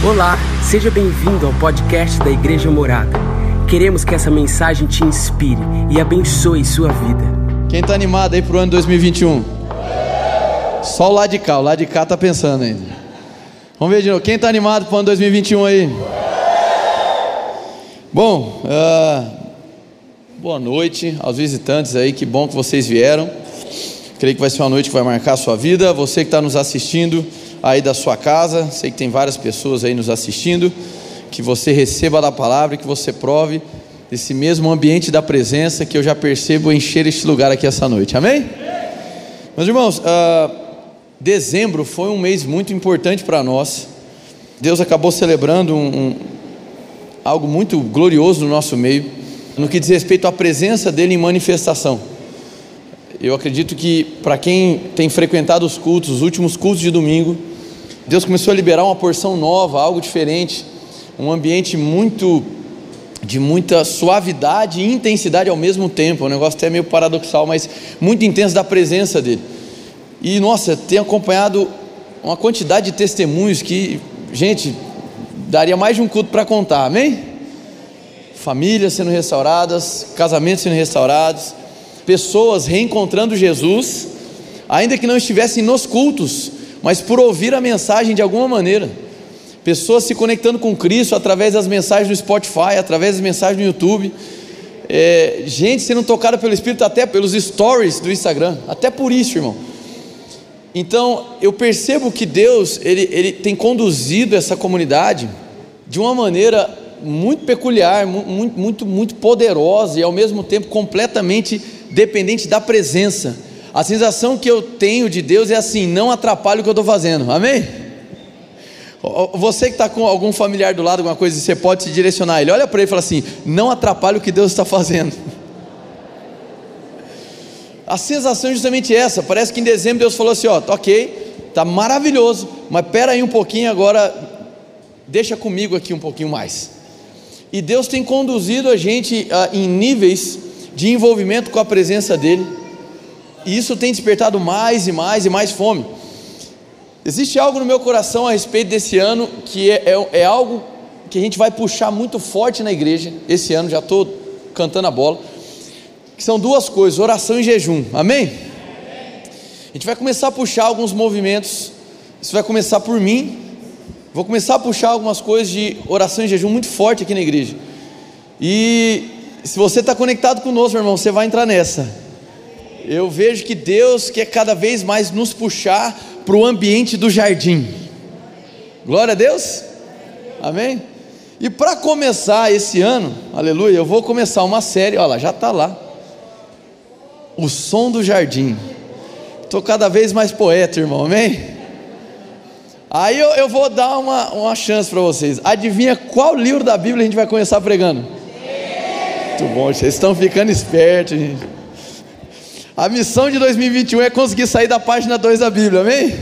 Olá, seja bem-vindo ao podcast da Igreja Morada. Queremos que essa mensagem te inspire e abençoe sua vida. Quem está animado aí para o ano 2021? Só o lado de cá está pensando ainda. Vamos ver de novo, quem está animado para o ano 2021 aí? Bom, boa noite aos visitantes aí, que bom que vocês vieram. Creio que vai ser uma noite que vai marcar a sua vida. Você que está nos assistindo aí da sua casa, sei que tem várias pessoas aí nos assistindo, que você receba da palavra, que você prove desse mesmo ambiente da presença que eu já percebo encher este lugar aqui essa noite, amém? Meus irmãos, dezembro foi um mês muito importante para nós. Deus acabou celebrando algo muito glorioso no nosso meio, no que diz respeito à presença dele em manifestação. Eu acredito que para quem tem frequentado os cultos, os últimos cultos de domingo, Deus começou a liberar uma porção nova, algo diferente, um ambiente de muita suavidade e intensidade ao mesmo tempo, um negócio até meio paradoxal, mas muito intenso da presença dele. E nossa, tenho acompanhado uma quantidade de testemunhos que, gente, daria mais de um culto para contar, amém? Famílias sendo restauradas, casamentos sendo restaurados, pessoas reencontrando Jesus, ainda que não estivessem nos cultos, mas por ouvir a mensagem de alguma maneira, pessoas se conectando com Cristo através das mensagens no Spotify, através das mensagens no YouTube, gente sendo tocada pelo Espírito até pelos stories do Instagram, até por isso, irmão. Então eu percebo que Deus ele tem conduzido essa comunidade de uma maneira muito peculiar, muito poderosa e ao mesmo tempo completamente dependente da presença. A sensação que eu tenho de Deus é assim: não atrapalhe o que eu estou fazendo, amém? Você que está com algum familiar do lado, alguma coisa, você pode se direcionar a ele, olha para ele e fala assim: não atrapalhe o que Deus está fazendo. A sensação é justamente essa. Parece que em dezembro Deus falou assim: ó, ok, está maravilhoso, mas espera aí um pouquinho agora, deixa comigo aqui um pouquinho mais. E Deus tem conduzido a gente em níveis de envolvimento com a presença dele, e isso tem despertado mais e mais e mais fome. Existe algo no meu coração a respeito desse ano, que é algo que a gente vai puxar muito forte na igreja esse ano, já estou cantando a bola, que são duas coisas: oração e jejum, amém? A gente vai começar a puxar alguns movimentos, isso vai começar por mim, vou começar a puxar algumas coisas de oração e jejum muito forte aqui na igreja, e se você está conectado conosco, meu irmão, você vai entrar nessa. Eu vejo que Deus quer cada vez mais nos puxar para o ambiente do jardim. Glória a Deus, amém? E para começar esse ano, aleluia, eu vou começar uma série, olha lá, já está lá, o som do jardim. Estou cada vez mais poeta, irmão, amém? Aí eu vou dar uma chance para vocês. Adivinha qual livro da Bíblia a gente vai começar pregando? Muito bom, vocês estão ficando espertos, gente. A missão de 2021 é conseguir sair da página 2 da Bíblia, amém?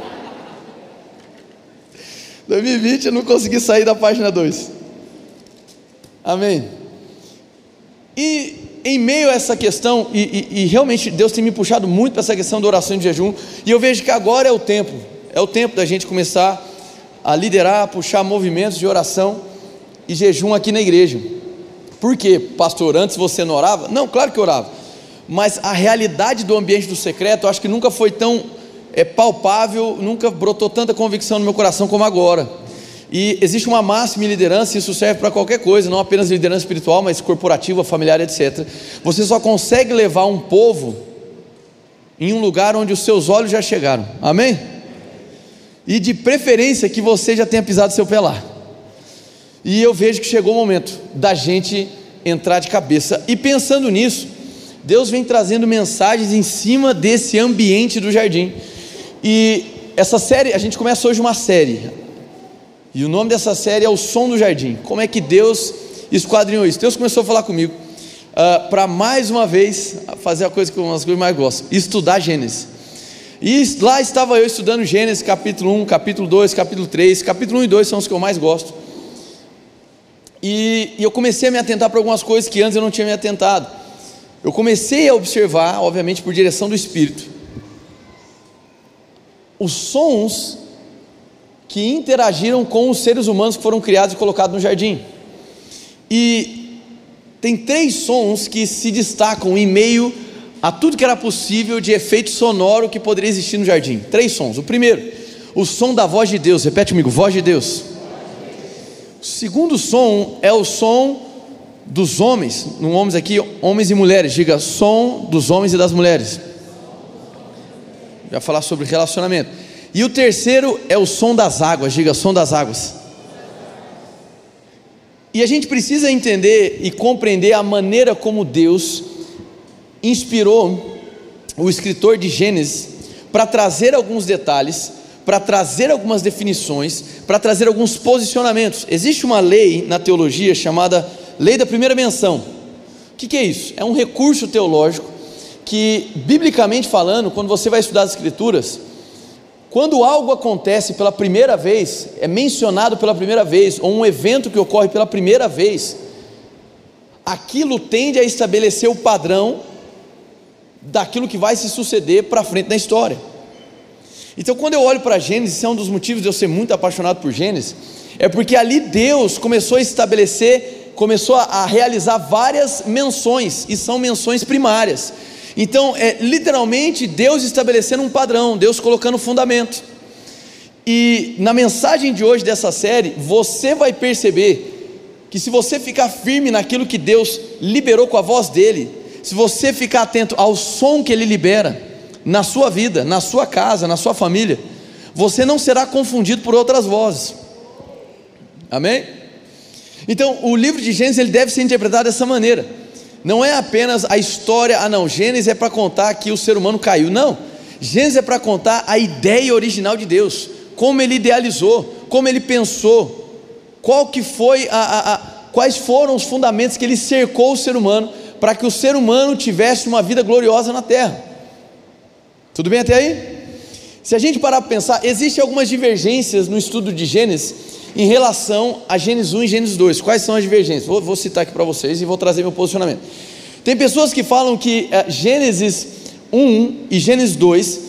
2020 eu não consegui sair da página 2, amém? E em meio a essa questão, e realmente Deus tem me puxado muito para essa questão da oração e de jejum, e eu vejo que agora é o tempo da gente começar a liderar, puxar movimentos de oração e jejum aqui na igreja. Por quê, pastor? Antes você não orava? Não, claro que orava, mas a realidade do ambiente do secreto, eu acho que nunca foi tão palpável, nunca brotou tanta convicção no meu coração como agora. E existe uma máxima em liderança, e isso serve para qualquer coisa, não apenas liderança espiritual, mas corporativa, familiar, etc. Você só consegue levar um povo em um lugar onde os seus olhos já chegaram, amém? E de preferência que você já tenha pisado seu pé lá. E eu vejo que chegou o momento da gente entrar de cabeça, e pensando nisso, Deus vem trazendo mensagens em cima desse ambiente do jardim. E essa série, a gente começa hoje uma série, e o nome dessa série é o som do jardim. Como é que Deus esquadrinhou isso? Deus começou a falar comigo para mais uma vez fazer uma das coisas que eu mais gosto: estudar Gênesis. E lá estava eu estudando Gênesis capítulo 1, capítulo 2, capítulo 3, capítulo 1 e 2 são os que eu mais gosto. E eu comecei a me atentar para algumas coisas que antes eu não tinha me atentado. Eu comecei a observar, obviamente por direção do Espírito, os sons que interagiram com os seres humanos que foram criados e colocados no jardim. E tem 3 sons que se destacam em meio a tudo que era possível de efeito sonoro que poderia existir no jardim. 3 sons. O primeiro, o som da voz de Deus. Repete comigo, voz de Deus. O segundo som é o som dos homens. No homens aqui, homens e mulheres. Diga, som dos homens e das mulheres. Vai falar sobre relacionamento. E o terceiro é o som das águas. Diga, som das águas. E a gente precisa entender e compreender a maneira como Deus inspirou o escritor de Gênesis para trazer alguns detalhes, para trazer algumas definições, para trazer alguns posicionamentos. Existe uma lei na teologia chamada lei da primeira menção. O que é isso? É um recurso teológico que, biblicamente falando, quando você vai estudar as escrituras, quando algo acontece pela primeira vez, é mencionado pela primeira vez, ou um evento que ocorre pela primeira vez, aquilo tende a estabelecer o padrão daquilo que vai se suceder para frente na história. Então, quando eu olho para Gênesis, esse é um dos motivos de eu ser muito apaixonado por Gênesis, é porque ali Deus começou a estabelecer, começou a realizar várias menções, e são menções primárias. Então, é literalmente Deus estabelecendo um padrão, Deus colocando fundamento. E na mensagem de hoje dessa série, você vai perceber que se você ficar firme naquilo que Deus liberou com a voz dele, se você ficar atento ao som que ele libera na sua vida, na sua casa, na sua família, você não será confundido por outras vozes. Amém? Então, o livro de Gênesis ele deve ser interpretado dessa maneira. Não é apenas a história, Gênesis é para contar que o ser humano caiu. Não, Gênesis é para contar a ideia original de Deus, como ele idealizou, como ele pensou, qual que foi quais foram os fundamentos que ele cercou o ser humano, para que o ser humano tivesse uma vida gloriosa na terra. Tudo bem até aí? Se a gente parar para pensar, existem algumas divergências no estudo de Gênesis, em relação a Gênesis 1 e Gênesis 2, quais são as divergências? Vou citar aqui para vocês e vou trazer meu posicionamento. Tem pessoas que falam que Gênesis 1 e Gênesis 2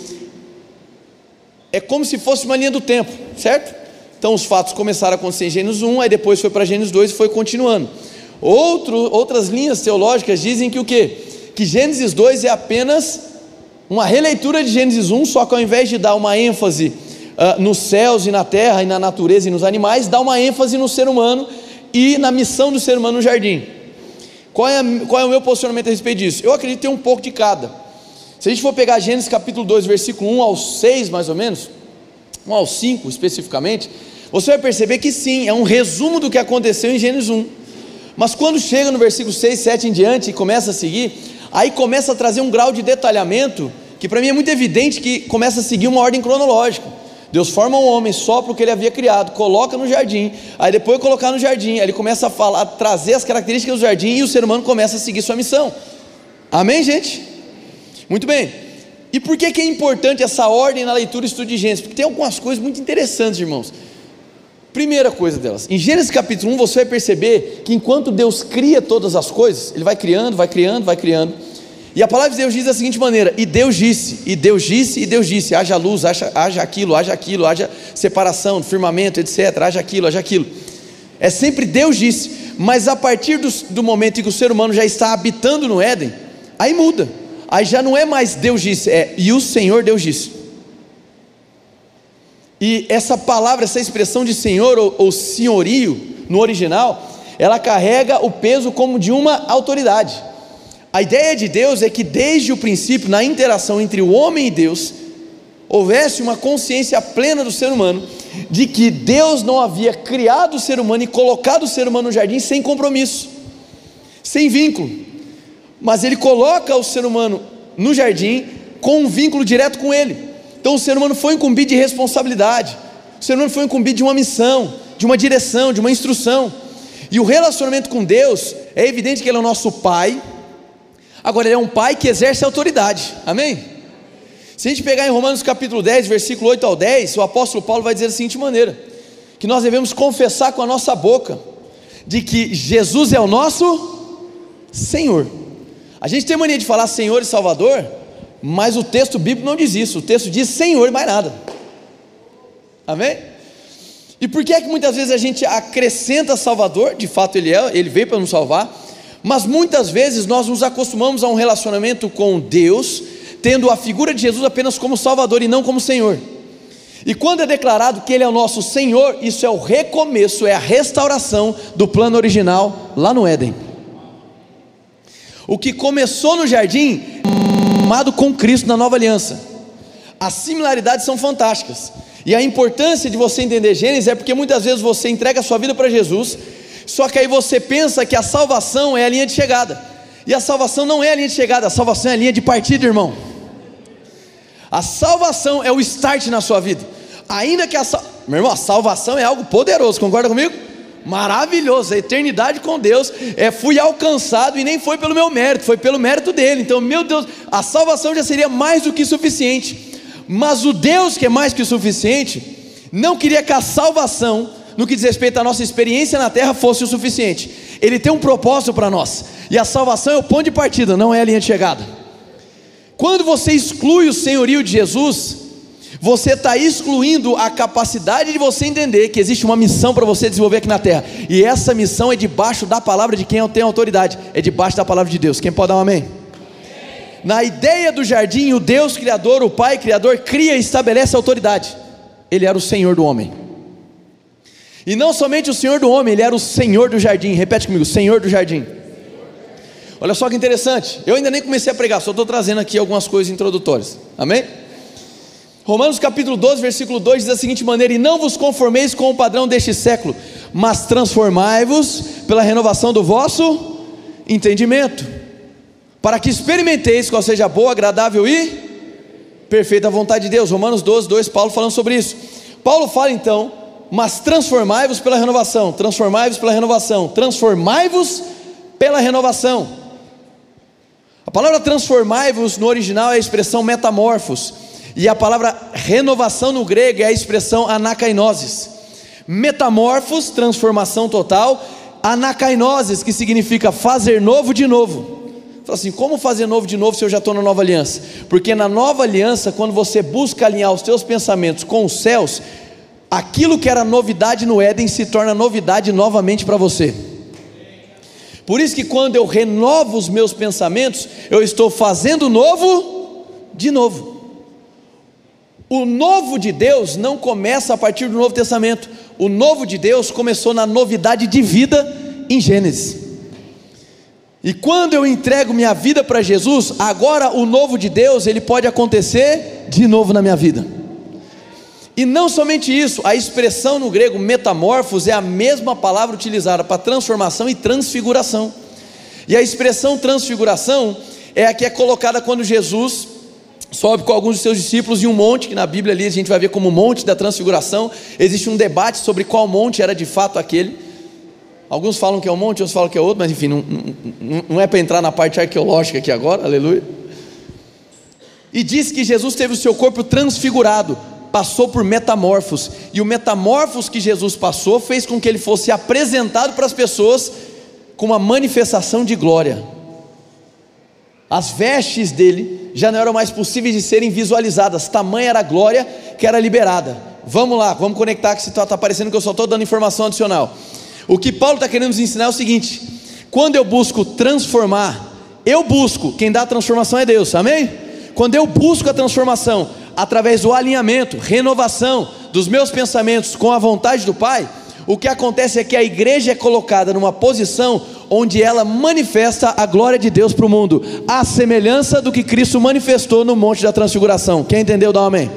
é como se fosse uma linha do tempo, certo? Então os fatos começaram a acontecer em Gênesis 1, aí depois foi para Gênesis 2 e foi continuando. Outras linhas teológicas dizem que o quê? Que Gênesis 2 é apenas uma releitura de Gênesis 1, só que ao invés de dar uma ênfase nos céus e na terra e na natureza e nos animais, dá uma ênfase no ser humano e na missão do ser humano no jardim. Qual é o meu posicionamento a respeito disso? Eu acredito que tem um pouco de cada. Se a gente for pegar Gênesis capítulo 2, versículo 1 ao 6 mais ou menos, 1 ao 5 especificamente, você vai perceber que sim, é um resumo do que aconteceu em Gênesis 1, mas quando chega no versículo 6, 7 em diante e começa a seguir, aí começa a trazer um grau de detalhamento, que para mim é muito evidente que começa a seguir uma ordem cronológica. Deus forma um homem, sopra o que ele havia criado, coloca no jardim, aí depois de colocar no jardim, aí ele começa a falar, a trazer as características do jardim, e o ser humano começa a seguir sua missão. Amém, gente? Muito bem. E por que é importante essa ordem na leitura e estudo de Gênesis? Porque tem algumas coisas muito interessantes, irmãos. Primeira coisa delas, em Gênesis capítulo 1 você vai perceber que enquanto Deus cria todas as coisas, ele vai criando, vai criando, vai criando, e a palavra de Deus diz da seguinte maneira: e Deus disse, e Deus disse, e Deus disse, haja luz, haja aquilo, haja separação, firmamento, etc, haja aquilo, é sempre Deus disse. Mas a partir do momento em que o ser humano já está habitando no Éden, aí muda, aí já não é mais Deus disse, e o Senhor Deus disse. E essa palavra, essa expressão de Senhor ou senhorio no original, ela carrega o peso como de uma autoridade. A ideia de Deus é que desde o princípio, na interação entre o homem e Deus, houvesse uma consciência plena do ser humano, de que Deus não havia criado o ser humano e colocado o ser humano no jardim sem compromisso, sem vínculo, mas ele coloca o ser humano no jardim com um vínculo direto com ele. Então o ser humano foi incumbido de responsabilidade, o ser humano foi incumbido de uma missão, de uma direção, de uma instrução. E o relacionamento com Deus, é evidente que ele é o nosso Pai. Agora ele é um Pai que exerce autoridade, amém? Se a gente pegar em Romanos capítulo 10, versículo 8 ao 10, o apóstolo Paulo vai dizer da seguinte maneira: que nós devemos confessar com a nossa boca, de que Jesus é o nosso Senhor. A gente tem mania de falar Senhor e Salvador, mas o texto bíblico não diz isso, o texto diz Senhor e mais nada, amém? E por que é que muitas vezes a gente acrescenta Salvador? De fato ele veio para nos salvar, mas muitas vezes nós nos acostumamos a um relacionamento com Deus, tendo a figura de Jesus apenas como Salvador e não como Senhor. E quando é declarado que Ele é o nosso Senhor, isso é o recomeço, é a restauração do plano original lá no Éden. O que começou no jardim, amado com Cristo na nova aliança. As similaridades são fantásticas. E a importância de você entender Gênesis é porque muitas vezes você entrega a sua vida para Jesus, só que aí você pensa que a salvação é a linha de chegada, e a salvação não é a linha de chegada, a salvação é a linha de partida, irmão. A salvação é o start na sua vida, ainda que meu irmão, a salvação é algo poderoso, concorda comigo? Maravilhoso, a eternidade com Deus, fui alcançado e nem foi pelo meu mérito, foi pelo mérito dele. Então, meu Deus, a salvação já seria mais do que suficiente. Mas o Deus que é mais que o suficiente, não queria que a salvação, no que diz respeito à nossa experiência na terra, fosse o suficiente. Ele tem um propósito para nós, e a salvação é o ponto de partida, não é a linha de chegada. Quando você exclui o senhorio de Jesus, você está excluindo a capacidade de você entender que existe uma missão para você desenvolver aqui na terra, e essa missão é debaixo da palavra de quem tem autoridade, é debaixo da palavra de Deus. Quem pode dar um amém? Na ideia do jardim, o Deus Criador, o Pai Criador, cria e estabelece a autoridade. Ele era o Senhor do homem, e não somente o Senhor do homem, Ele era o Senhor do jardim. Repete comigo, Senhor do jardim. Olha só que interessante, eu ainda nem comecei a pregar, só estou trazendo aqui algumas coisas introdutórias, amém? Romanos capítulo 12, versículo 2 diz da seguinte maneira: e não vos conformeis com o padrão deste século, mas transformai-vos pela renovação do vosso entendimento, para que experimenteis qual seja a boa, agradável e perfeita vontade de Deus. Romanos 12, 2, Paulo falando sobre isso. Paulo fala então, mas transformai-vos pela renovação, transformai-vos pela renovação, transformai-vos pela renovação. A palavra transformai-vos no original é a expressão metamorfos, e a palavra renovação no grego é a expressão anakainosis. Metamorfos, transformação total, anakainosis, que significa fazer novo de novo. Assim, como fazer novo de novo se eu já estou na nova aliança? Porque na nova aliança, quando você busca alinhar os teus pensamentos com os céus, aquilo que era novidade no Éden se torna novidade novamente para você. Por isso que quando eu renovo os meus pensamentos, eu estou fazendo novo de novo. O novo de Deus não começa a partir do Novo Testamento. O novo de Deus começou na novidade de vida em Gênesis. E quando eu entrego minha vida para Jesus, agora o novo de Deus, ele pode acontecer de novo na minha vida. E não somente isso, a expressão no grego metamorfos é a mesma palavra utilizada para transformação e transfiguração. E a expressão transfiguração é a que é colocada quando Jesus sobe com alguns de seus discípulos em um monte, que na Bíblia ali a gente vai ver como monte da transfiguração. Existe um debate sobre qual monte era de fato aquele. Alguns falam que é um monte, outros falam que é outro, mas enfim, não é para entrar na parte arqueológica aqui agora, aleluia. E diz que Jesus teve o seu corpo transfigurado, passou por metamorfos, e o metamorfos que Jesus passou fez com que ele fosse apresentado para as pessoas com uma manifestação de glória. As vestes dele já não eram mais possíveis de serem visualizadas, tamanha era a glória que era liberada. Vamos lá, vamos conectar, que está parecendo que eu só estou dando informação adicional. O que Paulo está querendo nos ensinar é o seguinte: quando eu busco transformar, quem dá a transformação é Deus, amém? Quando eu busco a transformação através do alinhamento, renovação dos meus pensamentos com a vontade do Pai, o que acontece é que a igreja é colocada numa posição onde ela manifesta a glória de Deus para o mundo, à semelhança do que Cristo manifestou no monte da transfiguração. Quem entendeu, dá um amém.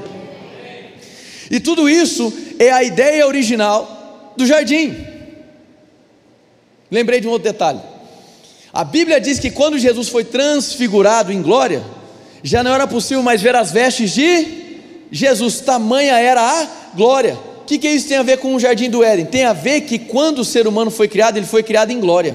E tudo isso é a ideia original do jardim. Lembrei de um outro detalhe. A Bíblia diz que quando Jesus foi transfigurado em glória, já não era possível mais ver as vestes de Jesus, tamanha era a glória. O que isso tem a ver com o jardim do Éden? Tem a ver que quando o ser humano foi criado, ele foi criado em glória.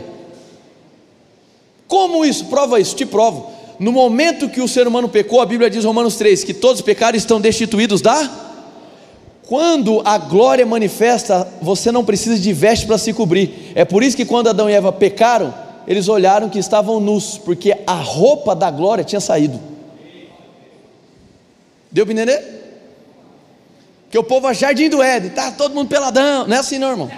Como isso? Prova isso, te provo. No momento que o ser humano pecou, a Bíblia diz em Romanos 3, que todos os pecados estão destituídos da... Quando a glória manifesta, você não precisa de veste para se cobrir. É por isso que quando Adão e Eva pecaram, eles olharam que estavam nus, porque a roupa da glória tinha saído. Deu para entender? que o povo é Jardim do Éden, tá todo mundo peladão, não é assim não, irmão?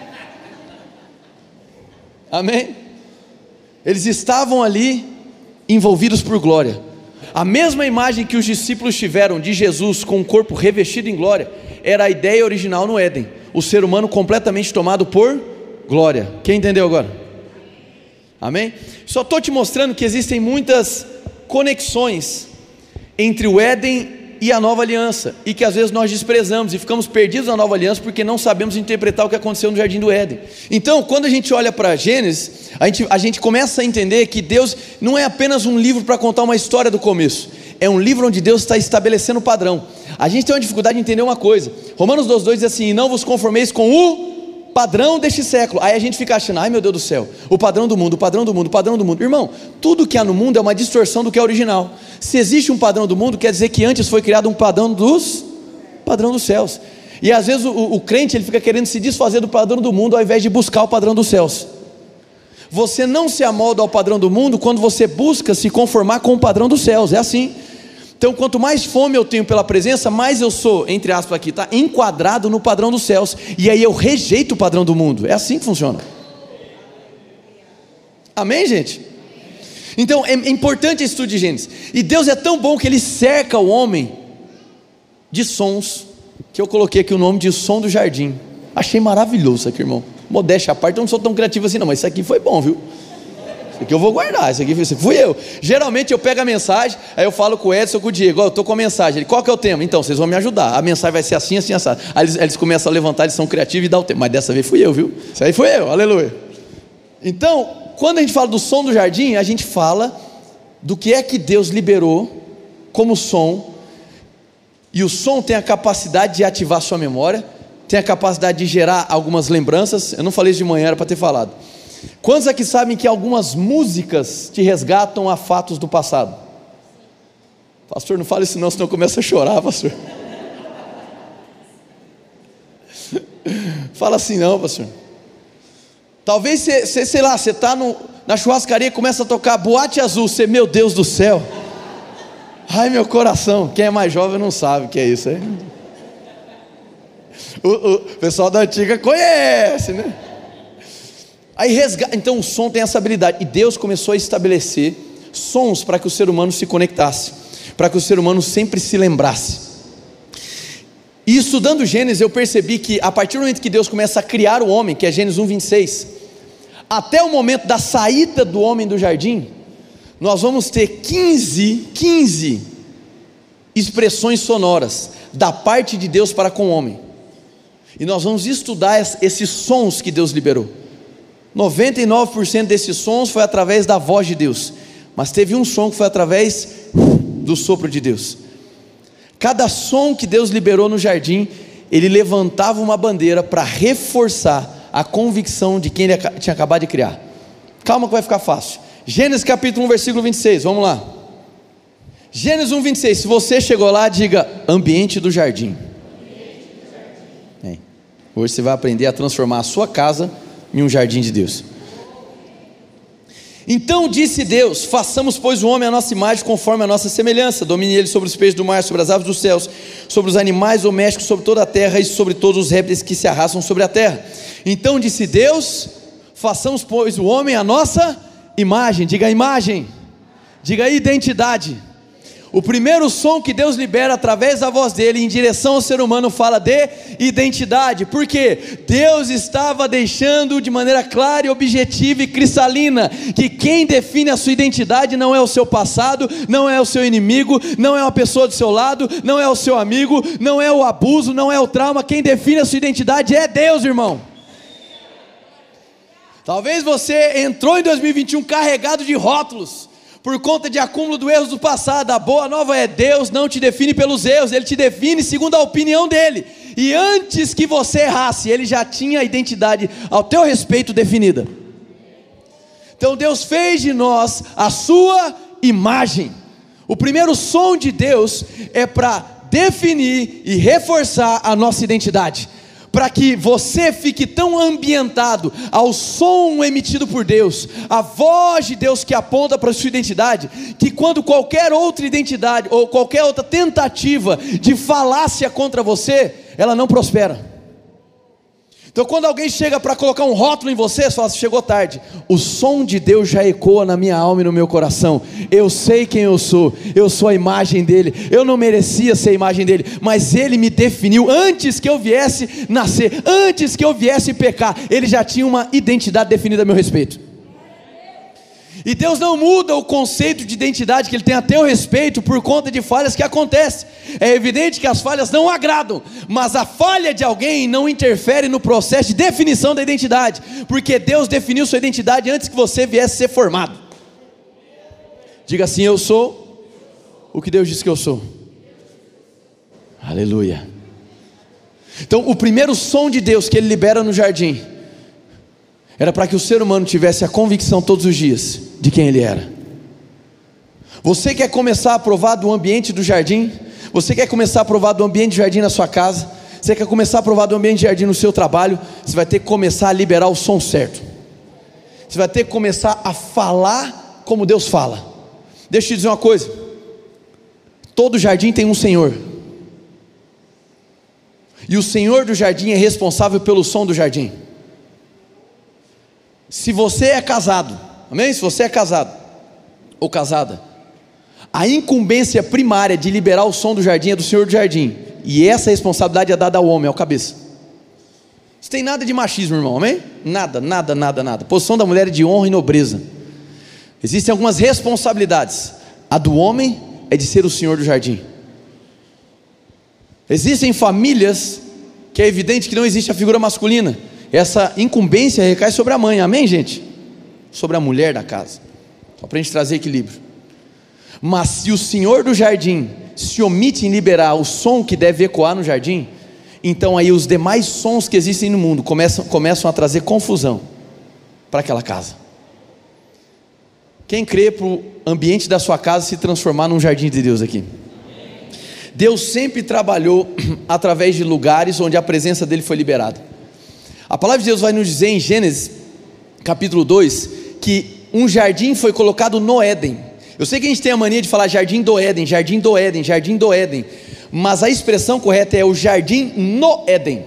Amém? Eles estavam ali envolvidos por glória. A mesma imagem que os discípulos tiveram de Jesus com o corpo revestido em glória, era a ideia original no Éden, o ser humano completamente tomado por glória. Quem entendeu agora? Amém? Só estou te mostrando que existem muitas conexões entre o Éden e a nova aliança, e que às vezes nós desprezamos e ficamos perdidos na nova aliança porque não sabemos interpretar o que aconteceu no Jardim do Éden. Então, quando a gente olha para Gênesis, a gente começa a entender que Deus não é apenas um livro para contar uma história do começo, é um livro onde Deus está estabelecendo o padrão. A gente tem uma dificuldade de entender uma coisa. Romanos 12:2 diz assim: e não vos conformeis com o padrão deste século. Aí a gente fica achando, ai meu Deus do céu, o padrão do mundo, o padrão do mundo, o padrão do mundo. Irmão, tudo que há no mundo é uma distorção do que é original. Se existe um padrão do mundo, quer dizer que antes foi criado um padrão dos céus. E às vezes o crente ele fica querendo se desfazer do padrão do mundo ao invés de buscar o padrão dos céus. Você não se amolda ao padrão do mundo quando você busca se conformar com o padrão dos céus, é assim. Então quanto mais fome eu tenho pela presença, mais eu sou, entre aspas aqui, tá, enquadrado no padrão dos céus, e aí eu rejeito o padrão do mundo. É assim que funciona. Amém, gente? Então é importante esse estudo de Gênesis. E Deus é tão bom que Ele cerca o homem de sons, que eu coloquei aqui o nome de som do jardim. Achei maravilhoso isso aqui, irmão. Modéstia à parte, eu não sou tão criativo assim não, mas isso aqui foi bom, viu? Isso aqui eu vou guardar, isso aqui fui eu. Geralmente eu pego a mensagem, aí eu falo com o Edson, com o Diego, eu estou com a mensagem. Ele, qual que é o tema? Então, vocês vão me ajudar, a mensagem vai ser assim, assim, assim. Aí eles começam a levantar, eles são criativos e dão o tema, mas dessa vez fui eu, viu? Isso aí fui eu, aleluia. Então, quando a gente fala do som do jardim, a gente fala do que é que Deus liberou como som, e o som tem a capacidade de ativar sua memória, tem a capacidade de gerar algumas lembranças. Eu não falei isso de manhã, era para ter falado. Quantos aqui sabem que algumas músicas te resgatam a fatos do passado? Pastor, não fale isso não, senão eu começo a chorar, pastor. Fala assim não, pastor. Talvez você sei lá, você está na churrascaria e começa a tocar Boate Azul, você, meu Deus do céu, ai meu coração. Quem é mais jovem não sabe o que é isso, hein? O pessoal da antiga conhece, né? Aí então o som tem essa habilidade, e Deus começou a estabelecer sons para que o ser humano se conectasse, para que o ser humano sempre se lembrasse. E estudando Gênesis eu percebi que a partir do momento que Deus começa a criar o homem, que é Gênesis 1:26, até o momento da saída do homem do jardim, nós vamos ter 15 expressões sonoras da parte de Deus para com o homem, e nós vamos estudar esses sons que Deus liberou. 99% desses sons foi através da voz de Deus, mas teve um som que foi através do sopro de Deus. Cada som que Deus liberou no jardim, ele levantava uma bandeira para reforçar a convicção de quem ele tinha acabado de criar. Calma que vai ficar fácil. Gênesis capítulo 1 versículo 26, vamos lá. Gênesis 1:26, se você chegou lá, diga ambiente do jardim. Hoje você vai aprender a transformar a sua casa em um jardim de Deus. Então disse Deus: façamos pois o homem à nossa imagem, conforme a nossa semelhança, domine ele sobre os peixes do mar, sobre as aves dos céus, sobre os animais domésticos, sobre toda a terra e sobre todos os répteis que se arrastam sobre a terra. Então disse Deus: façamos pois o homem à nossa imagem. Diga imagem, diga identidade. O primeiro som que Deus libera através da voz dele em direção ao ser humano fala de identidade, porque Deus estava deixando de maneira clara e objetiva e cristalina que quem define a sua identidade não é o seu passado, não é o seu inimigo, não é uma pessoa do seu lado, não é o seu amigo, não é o abuso, não é o trauma. Quem define a sua identidade é Deus, irmão. Talvez você entrou em 2021 carregado de rótulos por conta de acúmulo de erros do passado. A boa nova é: Deus não te define pelos erros, Ele te define segundo a opinião dEle, e antes que você errasse, Ele já tinha a identidade ao teu respeito definida. Então Deus fez de nós a sua imagem. O primeiro som de Deus é para definir e reforçar a nossa identidade, para que você fique tão ambientado ao som emitido por Deus, a voz de Deus que aponta para a sua identidade, que quando qualquer outra identidade ou qualquer outra tentativa de falácia contra você, ela não prospera. Então quando alguém chega para colocar um rótulo em você, você fala assim: chegou tarde. O som de Deus já ecoa na minha alma e no meu coração. Eu sei quem eu sou a imagem dele. Eu não merecia ser a imagem dele, mas ele me definiu antes que eu viesse nascer, antes que eu viesse pecar. Ele já tinha uma identidade definida a meu respeito. E Deus não muda o conceito de identidade que Ele tem a teu respeito por conta de falhas que acontecem. É evidente que as falhas não agradam, mas a falha de alguém não interfere no processo de definição da identidade, porque Deus definiu sua identidade antes que você viesse ser formado. Diga assim: eu sou o que Deus disse que eu sou. Aleluia. Então o primeiro som de Deus que Ele libera no jardim era para que o ser humano tivesse a convicção todos os dias de quem ele era. Você quer começar a provar do ambiente do jardim? Você quer começar a provar do ambiente do jardim na sua casa? Você quer começar a provar do ambiente do jardim no seu trabalho? Você vai ter que começar a liberar o som certo. Você vai ter que começar a falar como Deus fala. Deixa eu te dizer uma coisa: todo jardim tem um senhor, e o senhor do jardim é responsável pelo som do jardim. Se você é casado, amém? Se você é casado ou casada, a incumbência primária de liberar o som do jardim é do senhor do jardim, e essa responsabilidade é dada ao homem, ao cabeça. Isso tem nada de machismo, irmão, amém? Nada. A posição da mulher é de honra e nobreza. Existem algumas responsabilidades. A do homem é de ser o senhor do jardim. Existem famílias que é evidente que não existe a figura masculina. Essa incumbência recai sobre a mãe, amém, gente? Sobre a mulher da casa, só para a gente trazer equilíbrio. Mas se o senhor do jardim se omite em liberar o som que deve ecoar no jardim, então aí os demais sons que existem no mundo começam a trazer confusão para aquela casa. Quem crê para o ambiente da sua casa se transformar num jardim de Deus aqui? Deus sempre trabalhou através de lugares onde a presença dele foi liberada. A palavra de Deus vai nos dizer em Gênesis capítulo 2 que um jardim foi colocado no Éden. Eu sei que a gente tem a mania de falar jardim do Éden, jardim do Éden, jardim do Éden, mas a expressão correta é o jardim no Éden.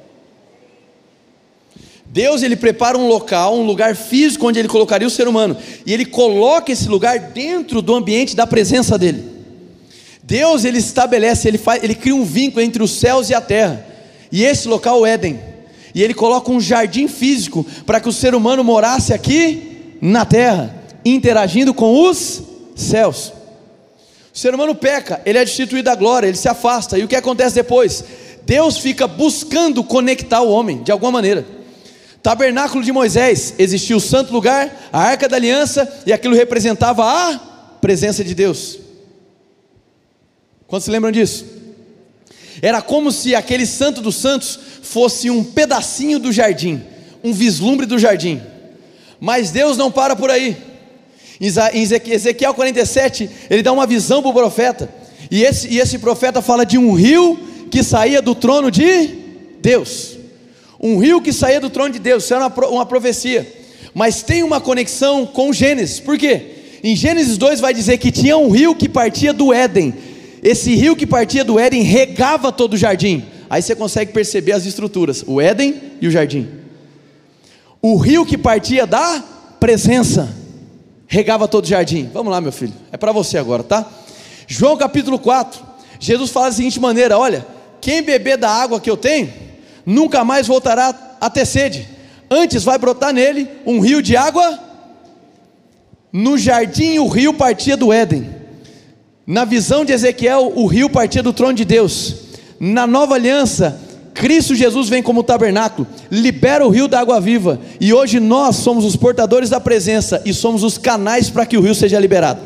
Deus, ele prepara um local, um lugar físico onde ele colocaria o ser humano, e ele coloca esse lugar dentro do ambiente da presença dele. Deus, ele estabelece, ele cria um vínculo entre os céus e a terra, e esse local é o Éden. E ele coloca um jardim físico para que o ser humano morasse aqui na terra, interagindo com os céus. O ser humano peca, ele é destituído da glória, ele se afasta. E o que acontece depois? Deus fica buscando conectar o homem de alguma maneira. Tabernáculo de Moisés, existia o santo lugar, a arca da aliança, e aquilo representava a presença de Deus. Quantos se lembram disso? Era como se aquele santo dos santos fosse um pedacinho do jardim, um vislumbre do jardim. Mas Deus não para por aí. Em Ezequiel 47, ele dá uma visão para o profeta, e esse profeta fala de um rio que saía do trono de Deus. Um rio que saía do trono de Deus. Isso era uma profecia, mas tem uma conexão com Gênesis. Por quê? Em Gênesis 2 vai dizer que tinha um rio que partia do Éden. Esse rio que partia do Éden regava todo o jardim. Aí você consegue perceber as estruturas, o Éden e o jardim. O rio que partia da presença regava todo o jardim. Vamos lá, meu filho, é para você agora, tá? João capítulo 4, Jesus fala da seguinte maneira: olha, quem beber da água que eu tenho, nunca mais voltará a ter sede, antes vai brotar nele um rio de água. No jardim o rio partia do Éden. Na visão de Ezequiel, o rio partia do trono de Deus. Na nova aliança, Cristo Jesus vem como tabernáculo, libera o rio da água viva, e hoje nós somos os portadores da presença, e somos os canais para que o rio seja liberado.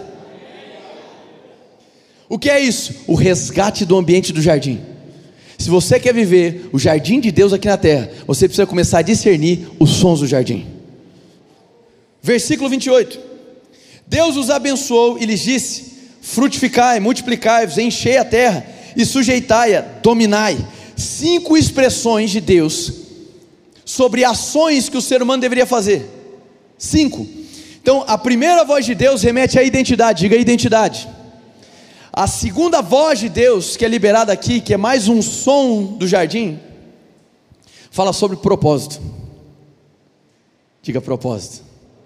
O que é isso? O resgate do ambiente do jardim. Se você quer viver o jardim de Deus aqui na terra, você precisa começar a discernir os sons do jardim. Versículo 28. Deus os abençoou e lhes disse: frutificai, multiplicai-vos, enchei a terra e sujeitai-a, dominai. 5 expressões de Deus sobre ações que o ser humano deveria fazer. 5. Então a primeira voz de Deus remete à identidade. Diga identidade. A segunda voz de Deus que é liberada aqui, que é mais um som do jardim, fala sobre propósito. Diga propósito.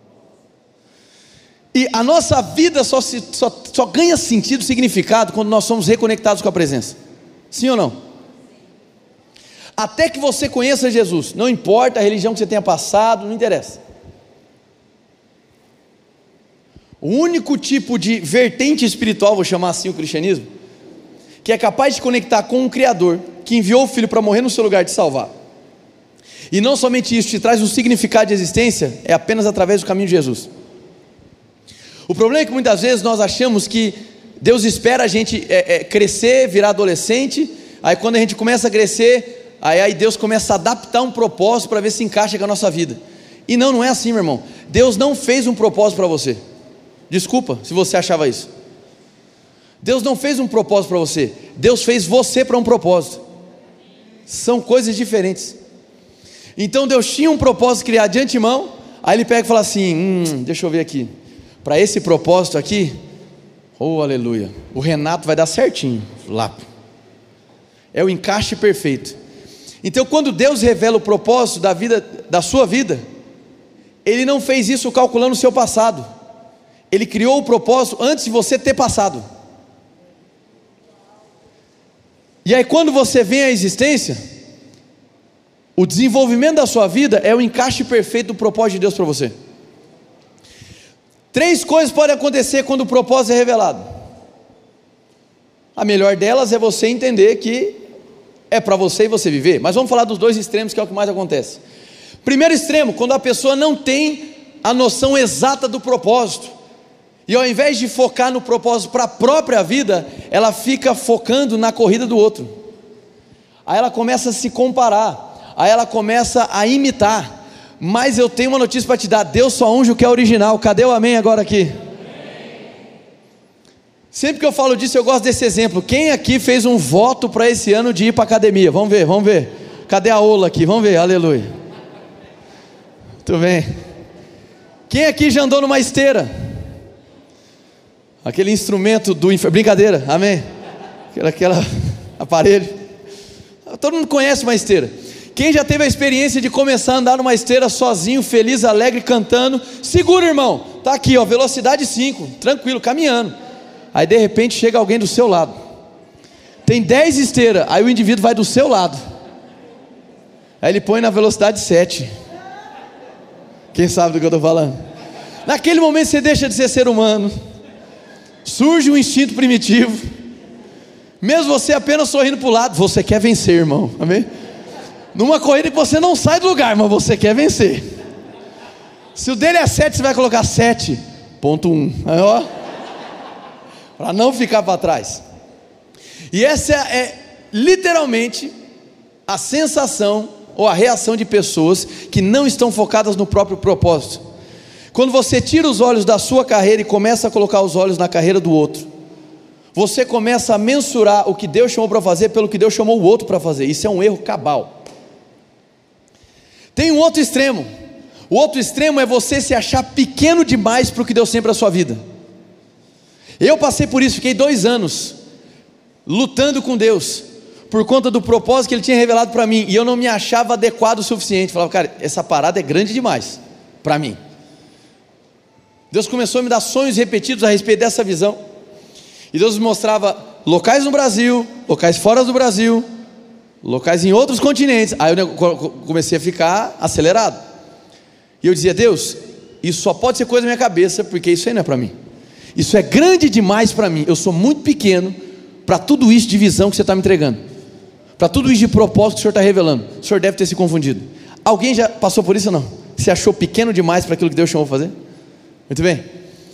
E a nossa vida só ganha sentido, significado, quando nós somos reconectados com a presença. Sim ou não? Até que você conheça Jesus, não importa a religião que você tenha passado, não interessa. O único tipo de vertente espiritual, vou chamar assim o cristianismo, que é capaz de conectar com um Criador, que enviou o Filho para morrer no seu lugar, de salvar. E não somente isso, te traz um significado de existência, é apenas através do caminho de Jesus. O problema é que muitas vezes nós achamos que Deus espera a gente crescer, virar adolescente, aí quando a gente começa a crescer, aí Deus começa a adaptar um propósito para ver se encaixa com a nossa vida. E não é assim, meu irmão. Deus não fez um propósito para você. Desculpa se você achava isso. Deus não fez um propósito para você. Deus fez você para um propósito. São coisas diferentes. Então Deus tinha um propósito criado de antemão, aí Ele pega e fala assim, deixa eu ver aqui, para esse propósito aqui, oh aleluia, o Renato vai dar certinho, lá, é o encaixe perfeito. Então quando Deus revela o propósito da vida, da sua vida, Ele não fez isso calculando o seu passado, Ele criou o propósito antes de você ter passado. E aí quando você vem à existência, o desenvolvimento da sua vida é o encaixe perfeito do propósito de Deus para você. 3 coisas podem acontecer quando o propósito é revelado. A melhor delas é você entender que é para você e você viver. Mas vamos falar dos 2 extremos, que é o que mais acontece. Primeiro extremo, quando a pessoa não tem a noção exata do propósito, e ao invés de focar no propósito para a própria vida, ela fica focando na corrida do outro. Aí ela começa a se comparar, aí ela começa a imitar. Mas eu tenho uma notícia para te dar: Deus só unge o que é original. Cadê o amém agora aqui? Amém. Sempre que eu falo disso, eu gosto desse exemplo. Quem aqui fez um voto para esse ano de ir para a academia? Vamos ver. Cadê a ola aqui? Vamos ver, aleluia. Muito bem. Quem aqui já andou numa esteira? Aquele instrumento do inferno, brincadeira, amém? Aquele aparelho. Todo mundo conhece uma esteira. Quem já teve a experiência de começar a andar numa esteira sozinho, feliz, alegre, cantando? Segura, irmão, está aqui, ó, velocidade 5, tranquilo, caminhando. Aí de repente chega alguém do seu lado, tem 10 esteiras, aí o indivíduo vai do seu lado, aí ele põe na velocidade 7. Quem sabe do que eu estou falando? Naquele momento você deixa de ser ser humano, surge um instinto primitivo, mesmo você apenas sorrindo para o lado, você quer vencer, irmão, amém? Numa corrida que você não sai do lugar, mas você quer vencer. Se o dele é 7, você vai colocar 7.1, para não ficar para trás. E essa é literalmente a sensação ou a reação de pessoas que não estão focadas no próprio propósito. Quando você tira os olhos da sua carreira e começa a colocar os olhos na carreira do outro, você começa a mensurar o que Deus chamou para fazer pelo que Deus chamou o outro para fazer. Isso é um erro cabal. Tem um outro extremo. O outro extremo é você se achar pequeno demais para o que Deus tem para a sua vida. Eu passei por isso, fiquei 2 anos lutando com Deus por conta do propósito que Ele tinha revelado para mim, e eu não me achava adequado o suficiente. Falava, cara, essa parada é grande demais para mim. Deus começou a me dar sonhos repetidos a respeito dessa visão, e Deus me mostrava locais no Brasil, locais fora do Brasil, locais em outros continentes. Aí eu comecei a ficar acelerado, e eu dizia, Deus, isso só pode ser coisa da minha cabeça, porque isso aí não é para mim, isso é grande demais para mim, eu sou muito pequeno para tudo isso de visão que você está me entregando, para tudo isso de propósito que o Senhor está revelando. O Senhor deve ter se confundido. Alguém já passou por isso ou não? Se achou pequeno demais para aquilo que Deus chamou para fazer? Muito bem.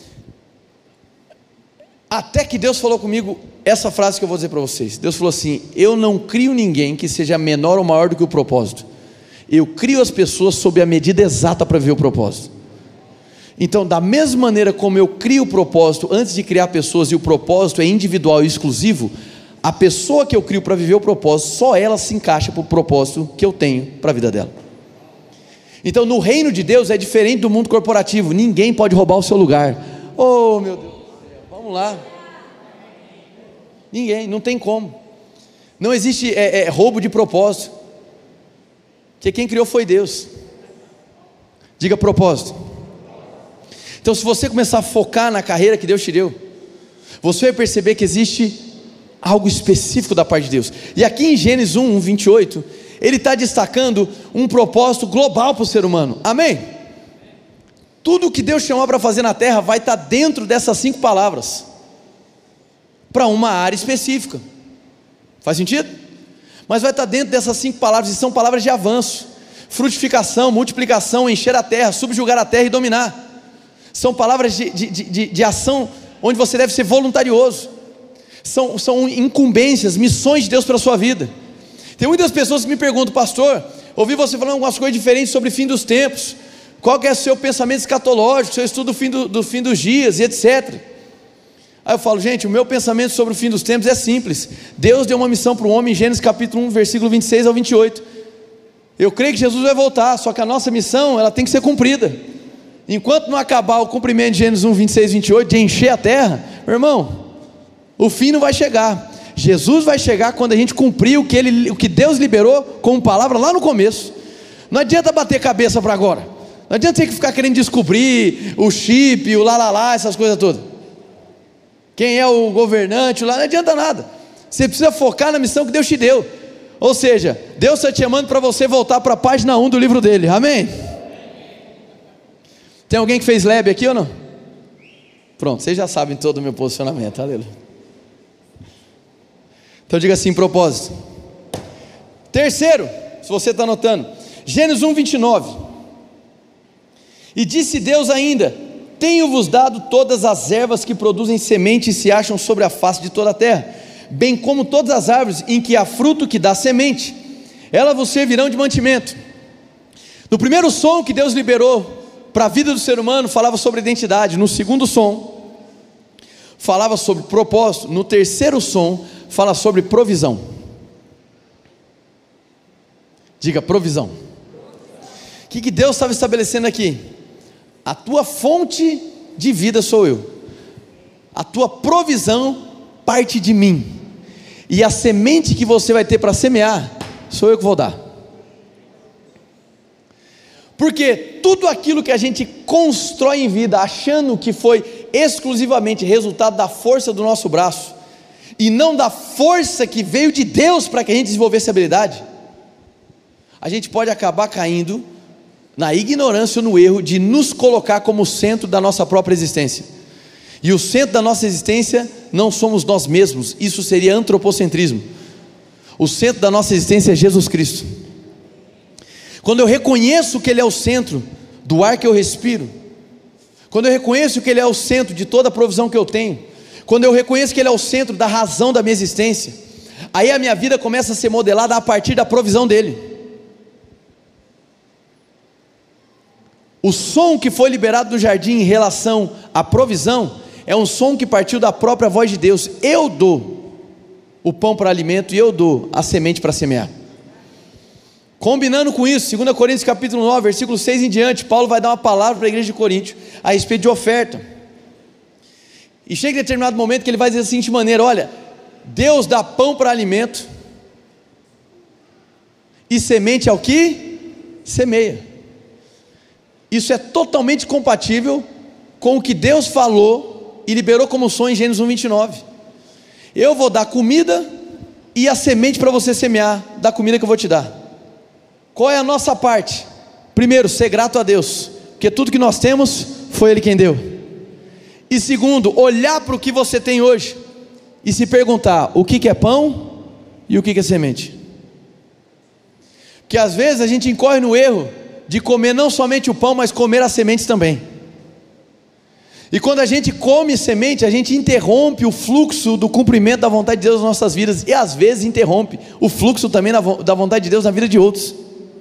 Até que Deus falou comigo essa frase que eu vou dizer para vocês. Deus falou assim: eu não crio ninguém que seja menor ou maior do que o propósito, eu crio as pessoas sob a medida exata para ver o propósito. Então, da mesma maneira como eu crio o propósito antes de criar pessoas, e o propósito é individual e exclusivo, a pessoa que eu crio para viver o propósito, só ela se encaixa para o propósito que eu tenho para a vida dela. Então no reino de Deus é diferente do mundo corporativo. Ninguém pode roubar o seu lugar. Oh meu Deus do céu, vamos lá. Ninguém, não tem como. Não existe roubo de propósito, porque quem criou foi Deus. Diga propósito. Então, se você começar a focar na carreira que Deus te deu, você vai perceber que existe algo específico da parte de Deus. E aqui em Gênesis 1:28, ele está destacando um propósito global para o ser humano. Amém? Tudo que Deus chamou para fazer na terra vai estar dentro dessas 5 palavras, para uma área específica. Faz sentido? Mas vai estar dentro dessas 5 palavras, e são palavras de avanço: frutificação, multiplicação, encher a terra, subjugar a terra e dominar. São palavras de ação, onde você deve ser voluntarioso. São incumbências, missões de Deus para a sua vida. Tem muitas pessoas que me perguntam: pastor, ouvi você falando algumas coisas diferentes sobre o fim dos tempos. Qual que é o seu pensamento escatológico, seu estudo do fim dos dias e etc. Aí eu falo: gente, o meu pensamento sobre o fim dos tempos é simples. Deus deu uma missão para o homem em Gênesis capítulo 1, versículo 26 ao 28. Eu creio que Jesus vai voltar, só que a nossa missão, ela tem que ser cumprida. Enquanto não acabar o cumprimento de Gênesis 1, 26 e 28, de encher a terra, meu irmão, o fim não vai chegar. Jesus vai chegar quando a gente cumprir o que Deus liberou como palavra lá no começo. Não adianta bater cabeça para agora. Não adianta você ficar querendo descobrir o chip, o lá, essas coisas todas. Quem é o governante, lá, não adianta nada. Você precisa focar na missão que Deus te deu. Ou seja, Deus está te chamando para você voltar para a página 1 do livro dele. Amém? Tem alguém que fez lab aqui ou não? Pronto, vocês já sabem todo o meu posicionamento. Aleluia. Então diga assim: propósito. Terceiro, se você está anotando, Gênesis 1:29. E disse Deus ainda: tenho-vos dado todas as ervas que produzem semente e se acham sobre a face de toda a terra, bem como todas as árvores em que há fruto que dá semente, elas vos servirão de mantimento. No primeiro som que Deus liberou para a vida do ser humano, falava sobre identidade. No segundo som, falava sobre propósito. No terceiro som, fala sobre provisão. Diga provisão. O que Deus estava estabelecendo aqui? A tua fonte de vida sou eu, a tua provisão parte de mim, e a semente que você vai ter para semear, sou eu que vou dar. Porque tudo aquilo que a gente constrói em vida, achando que foi exclusivamente resultado da força do nosso braço, e não da força que veio de Deus para que a gente desenvolvesse a habilidade, a gente pode acabar caindo na ignorância ou no erro de nos colocar como centro da nossa própria existência. E o centro da nossa existência não somos nós mesmos, isso seria antropocentrismo. O centro da nossa existência é Jesus Cristo. Quando eu reconheço que Ele é o centro do ar que eu respiro, quando eu reconheço que Ele é o centro de toda a provisão que eu tenho, quando eu reconheço que Ele é o centro da razão da minha existência, aí a minha vida começa a ser modelada a partir da provisão dEle. O som que foi liberado do jardim em relação à provisão é um som que partiu da própria voz de Deus. Eu dou o pão para alimento e eu dou a semente para semear. Combinando com isso, 2 Coríntios capítulo 9, versículo 6 em diante, Paulo vai dar uma palavra para a igreja de Corinto a respeito de oferta. E chega em determinado momento que ele vai dizer da seguinte maneira: olha, Deus dá pão para alimento e semente ao que semeia. Isso é totalmente compatível com o que Deus falou e liberou como sonho em Gênesis 1:29. Eu vou dar comida e a semente para você semear da comida que eu vou te dar. Qual é a nossa parte? Primeiro, ser grato a Deus, porque tudo que nós temos foi Ele quem deu. E segundo, olhar para o que você tem hoje e se perguntar: o que é pão e o que é semente? Porque às vezes a gente incorre no erro de comer não somente o pão, mas comer as sementes também. E quando a gente come semente, a gente interrompe o fluxo do cumprimento da vontade de Deus nas nossas vidas, e às vezes interrompe o fluxo também da vontade de Deus na vida de outros.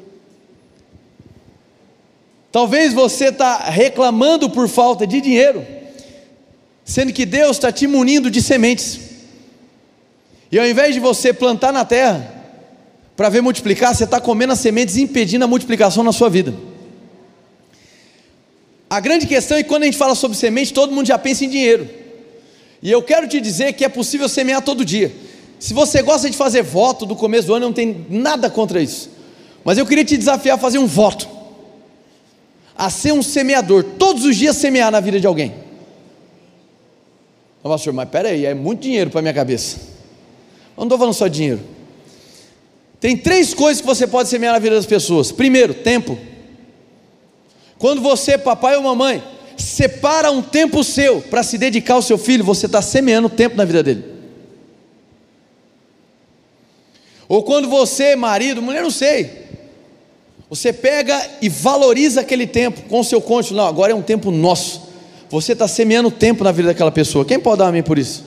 Talvez você está reclamando por falta de dinheiro, sendo que Deus está te munindo de sementes, e ao invés de você plantar na terra para ver multiplicar, você está comendo as sementes e impedindo a multiplicação na sua vida. A grande questão é que quando a gente fala sobre semente, todo mundo já pensa em dinheiro. E eu quero te dizer que é possível semear todo dia. Se você gosta de fazer voto do começo do ano, eu não tenho nada contra isso. Mas eu queria te desafiar a fazer um voto, a ser um semeador, todos os dias semear na vida de alguém. Não, pastor, mas peraí, é muito dinheiro para minha cabeça. Eu não estou falando só de dinheiro. Tem 3 coisas que você pode semear na vida das pessoas. Primeiro, tempo. Quando você, papai ou mamãe, separa um tempo seu para se dedicar ao seu filho, você está semeando tempo na vida dele. Ou quando você, marido, mulher, não sei, você pega e valoriza aquele tempo com o seu cônjuge. Não, agora é um tempo nosso. Você está semeando tempo na vida daquela pessoa. Quem pode dar um amém por isso?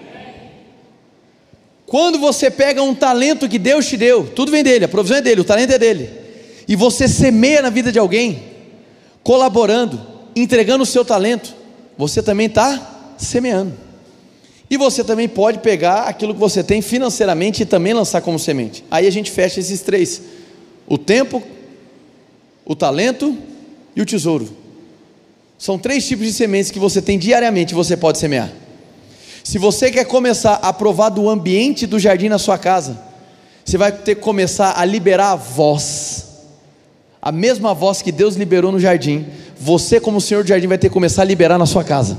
Quando você pega um talento que Deus te deu, tudo vem dele, a provisão é dele, o talento é dele, e você semeia na vida de alguém, colaborando, entregando o seu talento, você também está semeando. E você também pode pegar aquilo que você tem financeiramente e também lançar como semente. Aí a gente fecha esses 3: o tempo, o talento e o tesouro. São 3 tipos de sementes que você tem diariamente e você pode semear. Se você quer começar a provar do ambiente do jardim na sua casa, você vai ter que começar a liberar a voz, a mesma voz que Deus liberou no jardim. Você, como senhor do jardim, vai ter que começar a liberar na sua casa.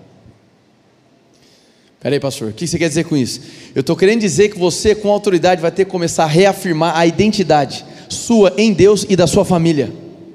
Peraí, pastor, o que você quer dizer com isso? Eu estou querendo dizer que você, com autoridade, vai ter que começar a reafirmar a identidade sua em Deus e da sua família.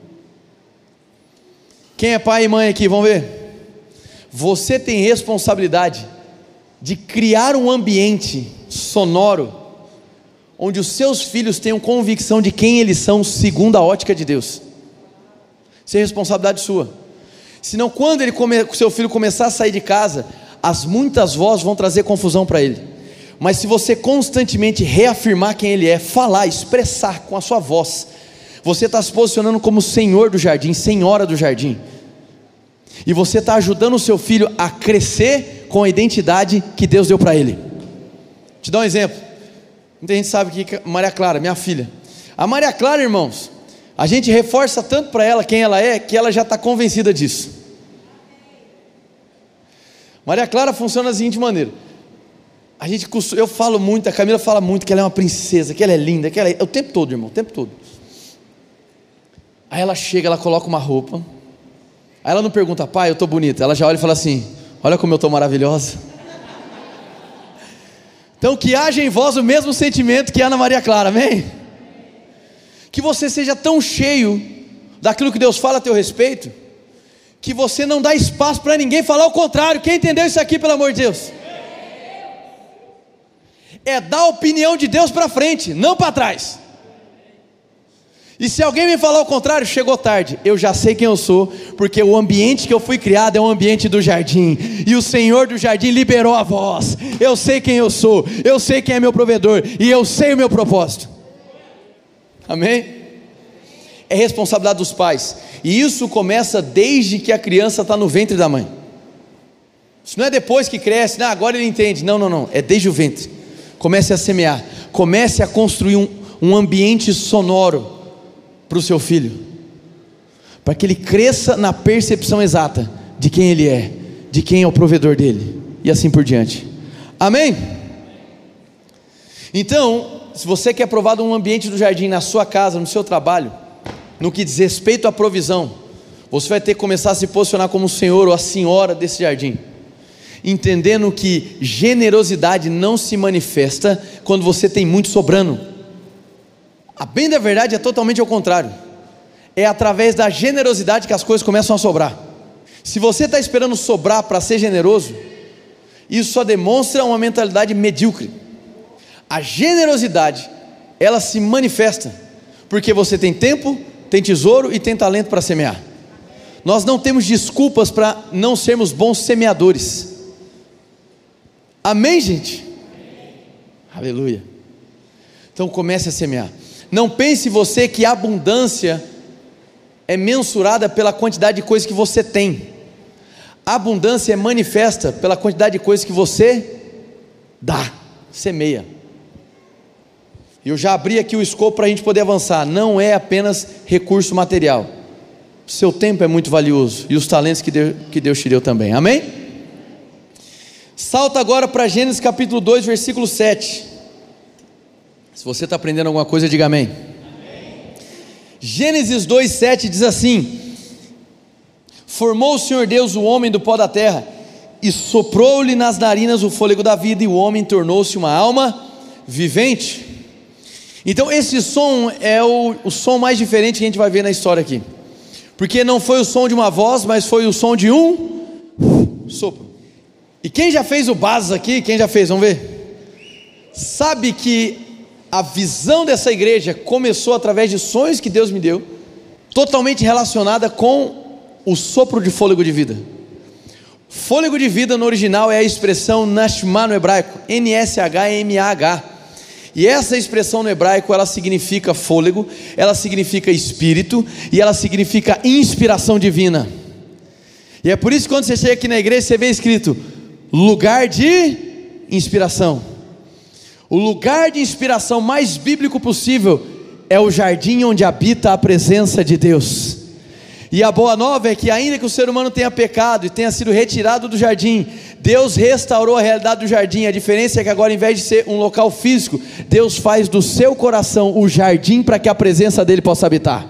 Quem é pai e mãe aqui? Vamos ver. Você tem responsabilidade de criar um ambiente sonoro onde os seus filhos tenham convicção de quem eles são segundo a ótica de Deus. Isso é responsabilidade sua. Senão, quando seu filho começar a sair de casa, as muitas vozes vão trazer confusão para ele. Mas se você constantemente reafirmar quem ele é, falar, expressar com a sua voz, você está se posicionando como senhor do jardim, senhora do jardim, e você está ajudando o seu filho a crescer com a identidade que Deus deu para ele. Te dar um exemplo. Muita gente sabe que Maria Clara, minha filha, a Maria Clara, irmãos, a gente reforça tanto para ela quem ela é, que ela já está convencida disso. Maria Clara funciona da seguinte maneira: eu falo muito, a Camila fala muito que ela é uma princesa, que ela é linda, que ela é, o tempo todo, irmão, o tempo todo. Aí ela chega, ela coloca uma roupa, aí ela não pergunta, pai, eu estou bonita, ela já olha e fala assim, olha como eu estou maravilhosa. Então que haja em vós o mesmo sentimento que há na Maria Clara, amém? Que você seja tão cheio daquilo que Deus fala a teu respeito, que você não dá espaço para ninguém falar o contrário. Quem entendeu isso aqui, pelo amor de Deus? É dar a opinião de Deus para frente, não para trás. E se alguém me falar o contrário, chegou tarde. Eu já sei quem eu sou, porque o ambiente que eu fui criado é um ambiente do jardim, e o Senhor do jardim liberou a voz. Eu sei quem eu sou, eu sei quem é meu provedor, e eu sei o meu propósito. Amém? É responsabilidade dos pais, e isso começa desde que a criança está no ventre da mãe. Isso não é depois que cresce, não, agora ele entende. Não, é desde o ventre. Comece a semear, comece a construir um ambiente sonoro para o seu filho, para que ele cresça na percepção exata de quem ele é, de quem é o provedor dele, e assim por diante. Amém? Então, se você quer provar um ambiente do jardim na sua casa, no seu trabalho, no que diz respeito à provisão, você vai ter que começar a se posicionar como o senhor ou a senhora desse jardim, entendendo que generosidade não se manifesta quando você tem muito sobrando. A bem da verdade é totalmente ao contrário. É através da generosidade que as coisas começam a sobrar. Se você está esperando sobrar para ser generoso, isso só demonstra uma mentalidade medíocre. A generosidade, ela se manifesta porque você tem tempo, tem tesouro e tem talento para semear. Nós não temos desculpas para não sermos bons semeadores. Amém, gente? Aleluia. Então comece a semear. Não pense você que a abundância é mensurada pela quantidade de coisas que você tem. A abundância é manifesta pela quantidade de coisas que você dá, semeia. E eu já abri aqui o escopo para a gente poder avançar. Não é apenas recurso material. Seu tempo é muito valioso, e os talentos que Deus te deu também, amém? Salta agora para Gênesis capítulo 2, versículo 7. Se você está aprendendo alguma coisa, diga amém. Gênesis 2, 7 diz assim: formou o Senhor Deus o homem do pó da terra, e soprou-lhe nas narinas o fôlego da vida, e o homem tornou-se uma alma vivente. Então esse som é o som mais diferente que a gente vai ver na história aqui, porque não foi o som de uma voz, mas foi o som de um sopro. E quem já fez o básico aqui, quem já fez, vamos ver, sabe que a visão dessa igreja começou através de sonhos que Deus me deu, totalmente relacionada com o sopro de fôlego de vida. Fôlego de vida no original é a expressão nashma no hebraico, N-S-H-M-A-H, e essa expressão no hebraico, ela significa fôlego, ela significa espírito, e ela significa inspiração divina. E é por isso que quando você chega aqui na igreja, você vê escrito, lugar de inspiração. O lugar de inspiração mais bíblico possível é o jardim onde habita a presença de Deus. E a boa nova é que ainda que o ser humano tenha pecado e tenha sido retirado do jardim, Deus restaurou a realidade do jardim. A diferença é que agora, em vez de ser um local físico, Deus faz do seu coração o jardim para que a presença dele possa habitar.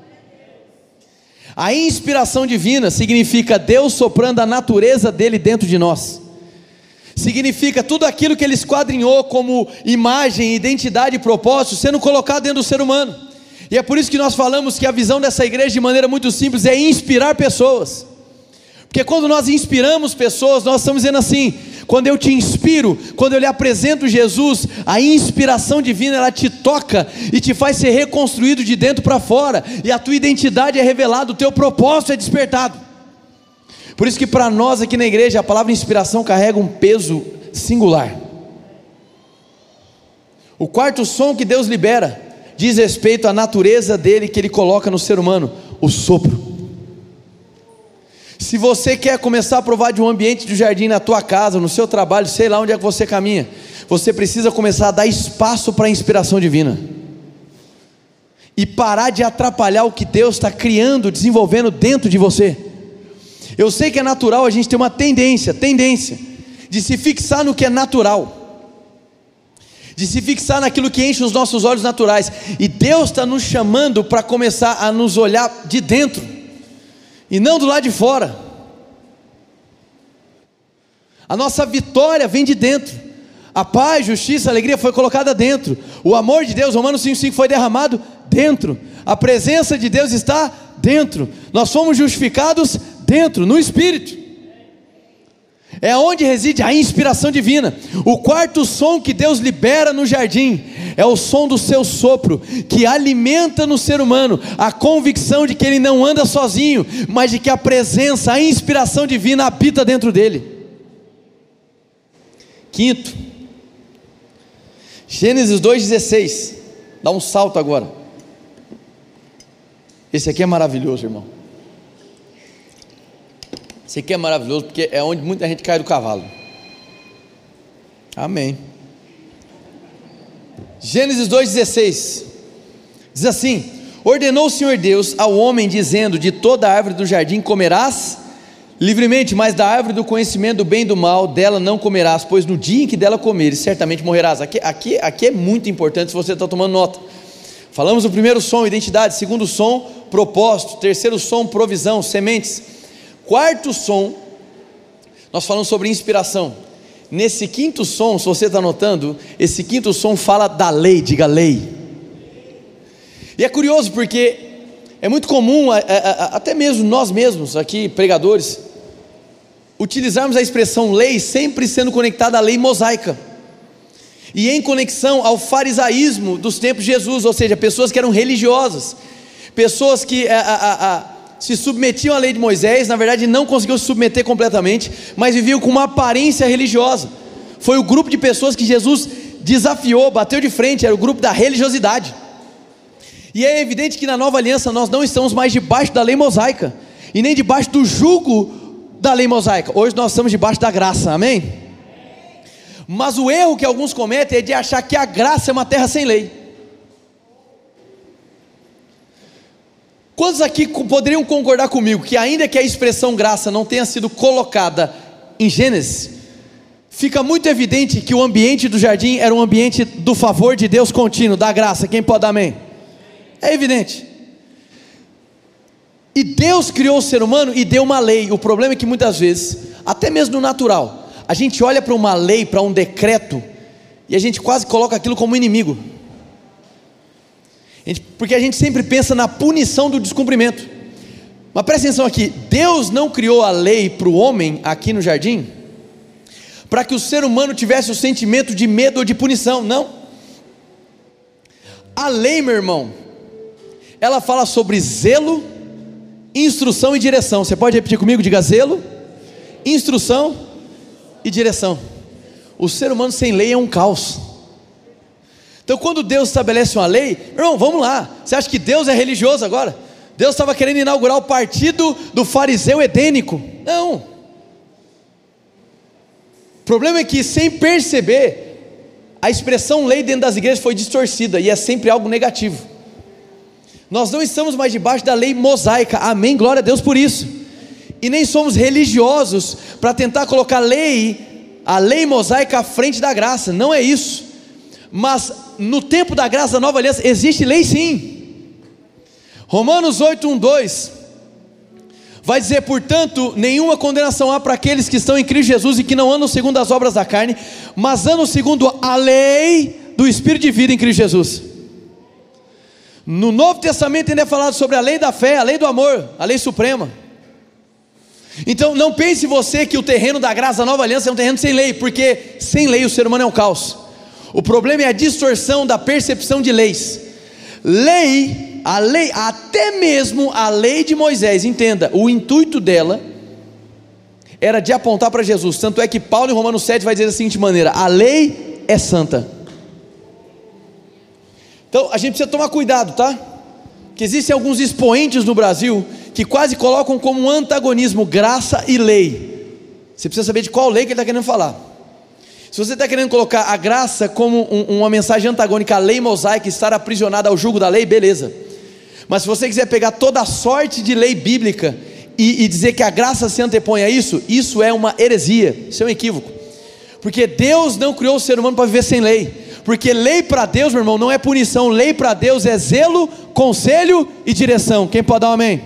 A inspiração divina significa Deus soprando a natureza dele dentro de nós. Significa tudo aquilo que ele esquadrinhou como imagem, identidade e propósito sendo colocado dentro do ser humano. E é por isso que nós falamos que a visão dessa igreja, de maneira muito simples, é inspirar pessoas. Porque quando nós inspiramos pessoas, nós estamos dizendo assim: quando eu te inspiro, quando eu lhe apresento Jesus, a inspiração divina, ela te toca e te faz ser reconstruído de dentro para fora, e a tua identidade é revelada, o teu propósito é despertado. Por isso que para nós aqui na igreja, a palavra inspiração carrega um peso singular. O quarto som que Deus libera diz respeito à natureza dele, que ele coloca no ser humano, o sopro. Se você quer começar a provar de um ambiente de jardim na tua casa, no seu trabalho, sei lá onde é que você caminha, você precisa começar a dar espaço para a inspiração divina, e parar de atrapalhar o que Deus está criando, desenvolvendo dentro de você. Eu sei que é natural a gente ter uma tendência de se fixar no que é natural, de se fixar naquilo que enche os nossos olhos naturais, e Deus está nos chamando para começar a nos olhar de dentro, e não do lado de fora. A nossa vitória vem de dentro, a paz, justiça, alegria foi colocada dentro, o amor de Deus, Romanos 5,5, foi derramado dentro, a presença de Deus está dentro, nós fomos justificados dentro, no Espírito. É onde reside a inspiração divina. O quarto som que Deus libera no jardim é o som do seu sopro, que alimenta no ser humano a convicção de que ele não anda sozinho, mas de que a presença, a inspiração divina habita dentro dele. Quinto, Gênesis 2,16. Dá um salto agora. Esse aqui é maravilhoso, irmão. Esse aqui é maravilhoso, porque é onde muita gente cai do cavalo. Amém. Gênesis 2,16 diz assim: ordenou o Senhor Deus ao homem, dizendo: de toda árvore do jardim comerás livremente, mas da árvore do conhecimento do bem e do mal, dela não comerás, pois no dia em que dela comeres, certamente morrerás. Aqui é muito importante, se você está tomando nota. Falamos do primeiro som, identidade; segundo som, propósito; terceiro som, provisão, sementes; quarto som, nós falamos sobre inspiração. Nesse quinto som, se você está notando, esse quinto som fala da lei, diga lei. E é curioso porque é muito comum, até mesmo nós mesmos aqui, pregadores, utilizarmos a expressão lei sempre sendo conectada à lei mosaica, e em conexão ao farisaísmo dos tempos de Jesus, ou seja, pessoas que eram religiosas, pessoas que se submetiam à lei de Moisés, na verdade não conseguiam se submeter completamente, mas viviam com uma aparência religiosa. Foi o grupo de pessoas que Jesus desafiou, bateu de frente, era o grupo da religiosidade. E é evidente que na nova aliança nós não estamos mais debaixo da lei mosaica, e nem debaixo do jugo da lei mosaica. Hoje nós estamos debaixo da graça, amém? Mas o erro que alguns cometem é de achar que a graça é uma terra sem lei. Quantos aqui poderiam concordar comigo que ainda que a expressão graça não tenha sido colocada em Gênesis, fica muito evidente que o ambiente do jardim era um ambiente do favor de Deus contínuo, da graça. Quem pode dar amém? É evidente. E Deus criou o ser humano e deu uma lei. O problema é que muitas vezes, até mesmo no natural, a gente olha para uma lei, para um decreto, e a gente quase coloca aquilo como inimigo, porque a gente sempre pensa na punição do descumprimento. Mas presta atenção aqui, Deus não criou a lei para o homem aqui no jardim para que o ser humano tivesse o sentimento de medo ou de punição, não. A lei, meu irmão, ela fala sobre zelo, instrução e direção. Você pode repetir comigo? Diga: zelo, instrução e direção. O ser humano sem lei é um caos. Então quando Deus estabelece uma lei, irmão, vamos lá, você acha que Deus é religioso agora? Deus estava querendo inaugurar o partido do fariseu edênico? Não. O problema é que, sem perceber, a expressão lei dentro das igrejas foi distorcida, e é sempre algo negativo. Nós não estamos mais debaixo da lei mosaica, amém, glória a Deus por isso, e nem somos religiosos para tentar colocar a lei mosaica à frente da graça, não é isso. Mas no tempo da graça da nova aliança existe lei sim. Romanos 8:1-2 vai dizer: portanto, nenhuma condenação há para aqueles que estão em Cristo Jesus e que não andam segundo as obras da carne, mas andam segundo a lei do Espírito de vida em Cristo Jesus. No Novo Testamento ainda é falado sobre a lei da fé, a lei do amor, a lei suprema. Então não pense você que o terreno da graça da nova aliança é um terreno sem lei, porque sem lei o ser humano é um caos. O problema é a distorção da percepção de leis. A lei, até mesmo a lei de Moisés, entenda, o intuito dela era de apontar para Jesus. Tanto é que Paulo em Romanos 7 vai dizer da seguinte maneira: a lei é santa. Então a gente precisa tomar cuidado, tá? Que existem alguns expoentes no Brasil que quase colocam como um antagonismo graça e lei. Você precisa saber de qual lei que ele está querendo falar. Se você está querendo colocar a graça como uma mensagem antagônica à lei mosaica, estar aprisionado ao jugo da lei, beleza. Mas se você quiser pegar toda a sorte de lei bíblica e dizer que a graça se antepõe a isso, isso é uma heresia, isso é um equívoco. Porque Deus não criou o ser humano para viver sem lei. Porque lei para Deus, meu irmão, não é punição. Lei para Deus é zelo, conselho e direção. Quem pode dar um amém?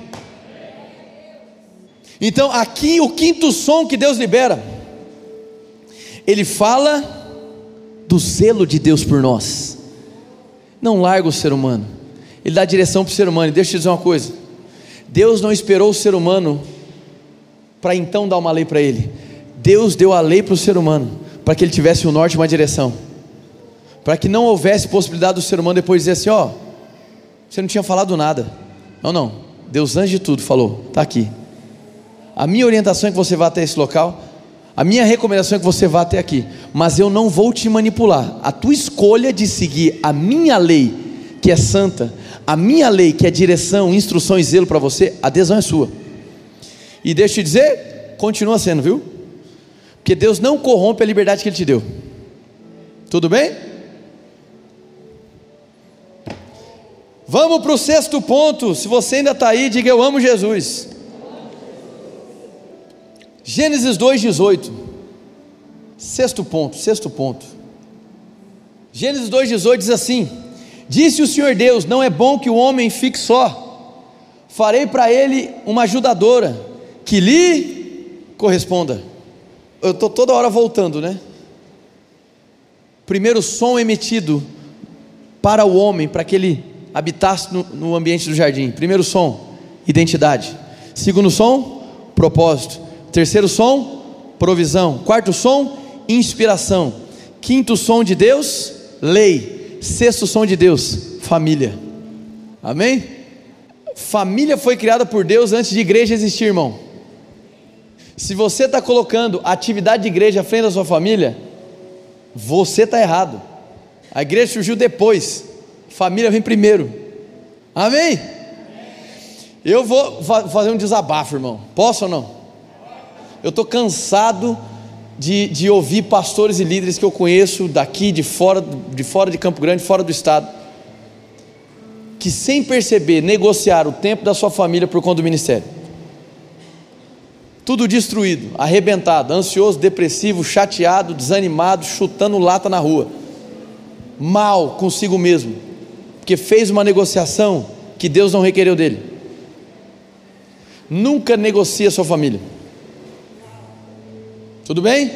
Então aqui o quinto som que Deus libera, ele fala do zelo de Deus por nós. Não larga o ser humano, ele dá direção para o ser humano. E deixa eu te dizer uma coisa: Deus não esperou o ser humano para então dar uma lei para ele. Deus deu a lei para o ser humano para que ele tivesse um norte e uma direção, para que não houvesse possibilidade do ser humano depois dizer assim: ó, você não tinha falado nada. Não, Deus antes de tudo falou: está aqui, a minha orientação é que você vá até esse local, a minha recomendação é que você vá até aqui, mas eu não vou te manipular. A tua escolha de seguir a minha lei, que é santa, a minha lei, que é direção, instrução e zelo para você, a decisão é sua. E deixa eu te dizer, continua sendo, viu? Porque Deus não corrompe a liberdade que Ele te deu. Tudo bem? Vamos para o sexto ponto. Se você ainda está aí, diga: eu amo Jesus. Gênesis 2:18. Sexto ponto. Gênesis 2:18 diz assim: disse o Senhor Deus: não é bom que o homem fique só, farei para ele uma ajudadora que lhe corresponda. Eu estou toda hora voltando, né? Primeiro som emitido para o homem, para que ele habitasse no ambiente do jardim. Primeiro som, identidade. Segundo som, propósito. Terceiro som, provisão. Quarto som, inspiração. Quinto som de Deus, lei. Sexto som de Deus, família. Amém? Família foi criada por Deus antes de igreja existir, irmão. Se você está colocando a atividade de igreja à frente da sua família, você está errado. A igreja surgiu depois, família vem primeiro. Amém? Eu vou fazer um desabafo, irmão. Posso ou não? Eu estou cansado de ouvir pastores e líderes que eu conheço daqui, de fora de Campo Grande, fora do estado, que sem perceber negociaram o tempo da sua família por conta do ministério. tudo destruído, arrebentado, ansioso, depressivo, chateado, desanimado, chutando lata na rua, mal consigo mesmo, porque fez uma negociação que Deus não requereu dele. Nunca negocie a sua família. Tudo bem?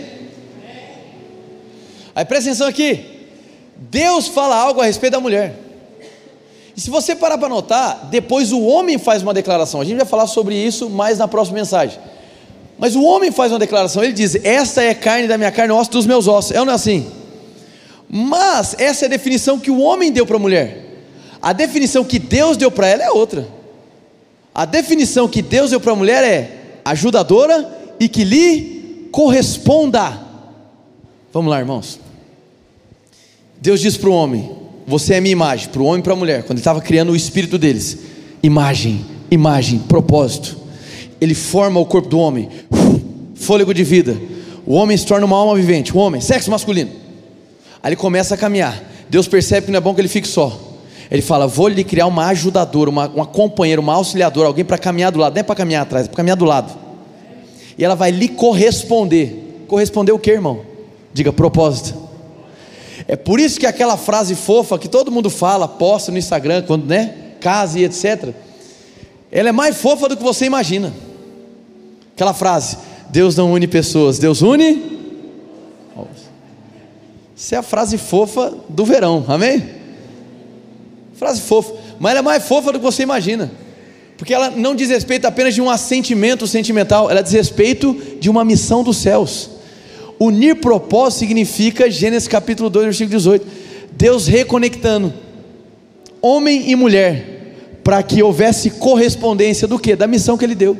Aí presta atenção aqui. Deus fala algo a respeito da mulher. E se você parar para notar, depois o homem faz uma declaração. A gente vai falar sobre isso mais na próxima mensagem. Mas o homem faz uma declaração. Ele diz: esta é carne da minha carne, osso dos meus ossos. É ou não é assim? Mas essa é a definição que o homem deu para a mulher. A definição que Deus deu para ela é outra. A definição que Deus deu para a mulher é ajudadora e que lhe corresponda. Vamos lá, irmãos. Deus diz para o homem: você é minha imagem. Para o homem e para a mulher, quando ele estava criando o espírito deles, imagem, propósito. Ele forma o corpo do homem, fôlego de vida. O homem se torna uma alma vivente. O homem, sexo masculino. Aí ele começa a caminhar. Deus percebe que não é bom que ele fique só. Ele fala: vou lhe criar uma ajudadora, uma companheira, uma auxiliadora, alguém para caminhar do lado. Não é para caminhar atrás, é para caminhar do lado. E ela vai lhe corresponder. Corresponder o que, irmão? Diga: propósito. É por isso que aquela frase fofa que todo mundo fala, posta no Instagram, quando, casa e etc. Ela é mais fofa do que você imagina. Aquela frase: Deus não une pessoas, Deus une. Essa é a frase fofa do verão, amém? Frase fofa, mas ela é mais fofa do que você imagina, porque ela não diz respeito apenas de um assentimento sentimental, ela diz respeito de uma missão dos céus. Unir propósito significa, Gênesis capítulo 2, versículo 18, Deus reconectando homem e mulher, para que houvesse correspondência do que? Da missão que Ele deu.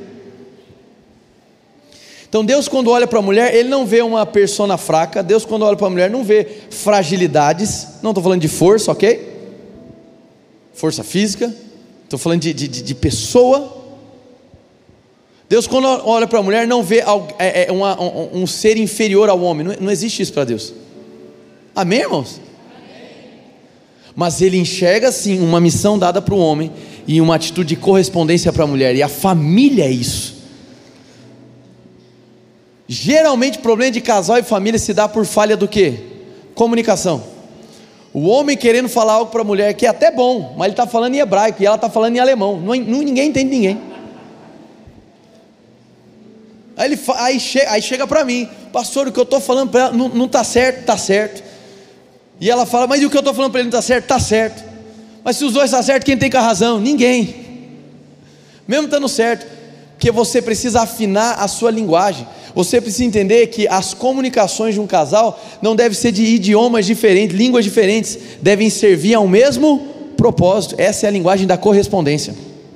Então Deus, quando olha para a mulher, Ele não vê uma persona fraca. Deus, quando olha para a mulher, não vê fragilidades. Não estou falando de força, ok? Força física. Estou falando de pessoa. Deus, quando olha para a mulher, não vê um ser inferior ao homem. Não existe isso para Deus. Amém, irmãos? Amém. Mas Ele enxerga sim uma missão dada para o homem e uma atitude de correspondência para a mulher. E a família é isso. Geralmente problema de casal e família se dá por falha do quê? Comunicação. O homem querendo falar algo para a mulher que é até bom, mas ele está falando em hebraico e ela está falando em alemão. Ninguém entende ninguém. Aí chega para mim: pastor, o que eu estou falando para ela não está certo. Está certo. E ela fala: mas e o que eu estou falando para ele não está certo? Está certo. Mas se os dois estão certos, quem tem com a razão? Ninguém. Mesmo estando certo, porque você precisa afinar a sua linguagem. Você precisa entender que as comunicações de um casal não devem ser de idiomas diferentes, línguas diferentes, devem servir ao mesmo propósito. Essa é a linguagem da correspondência.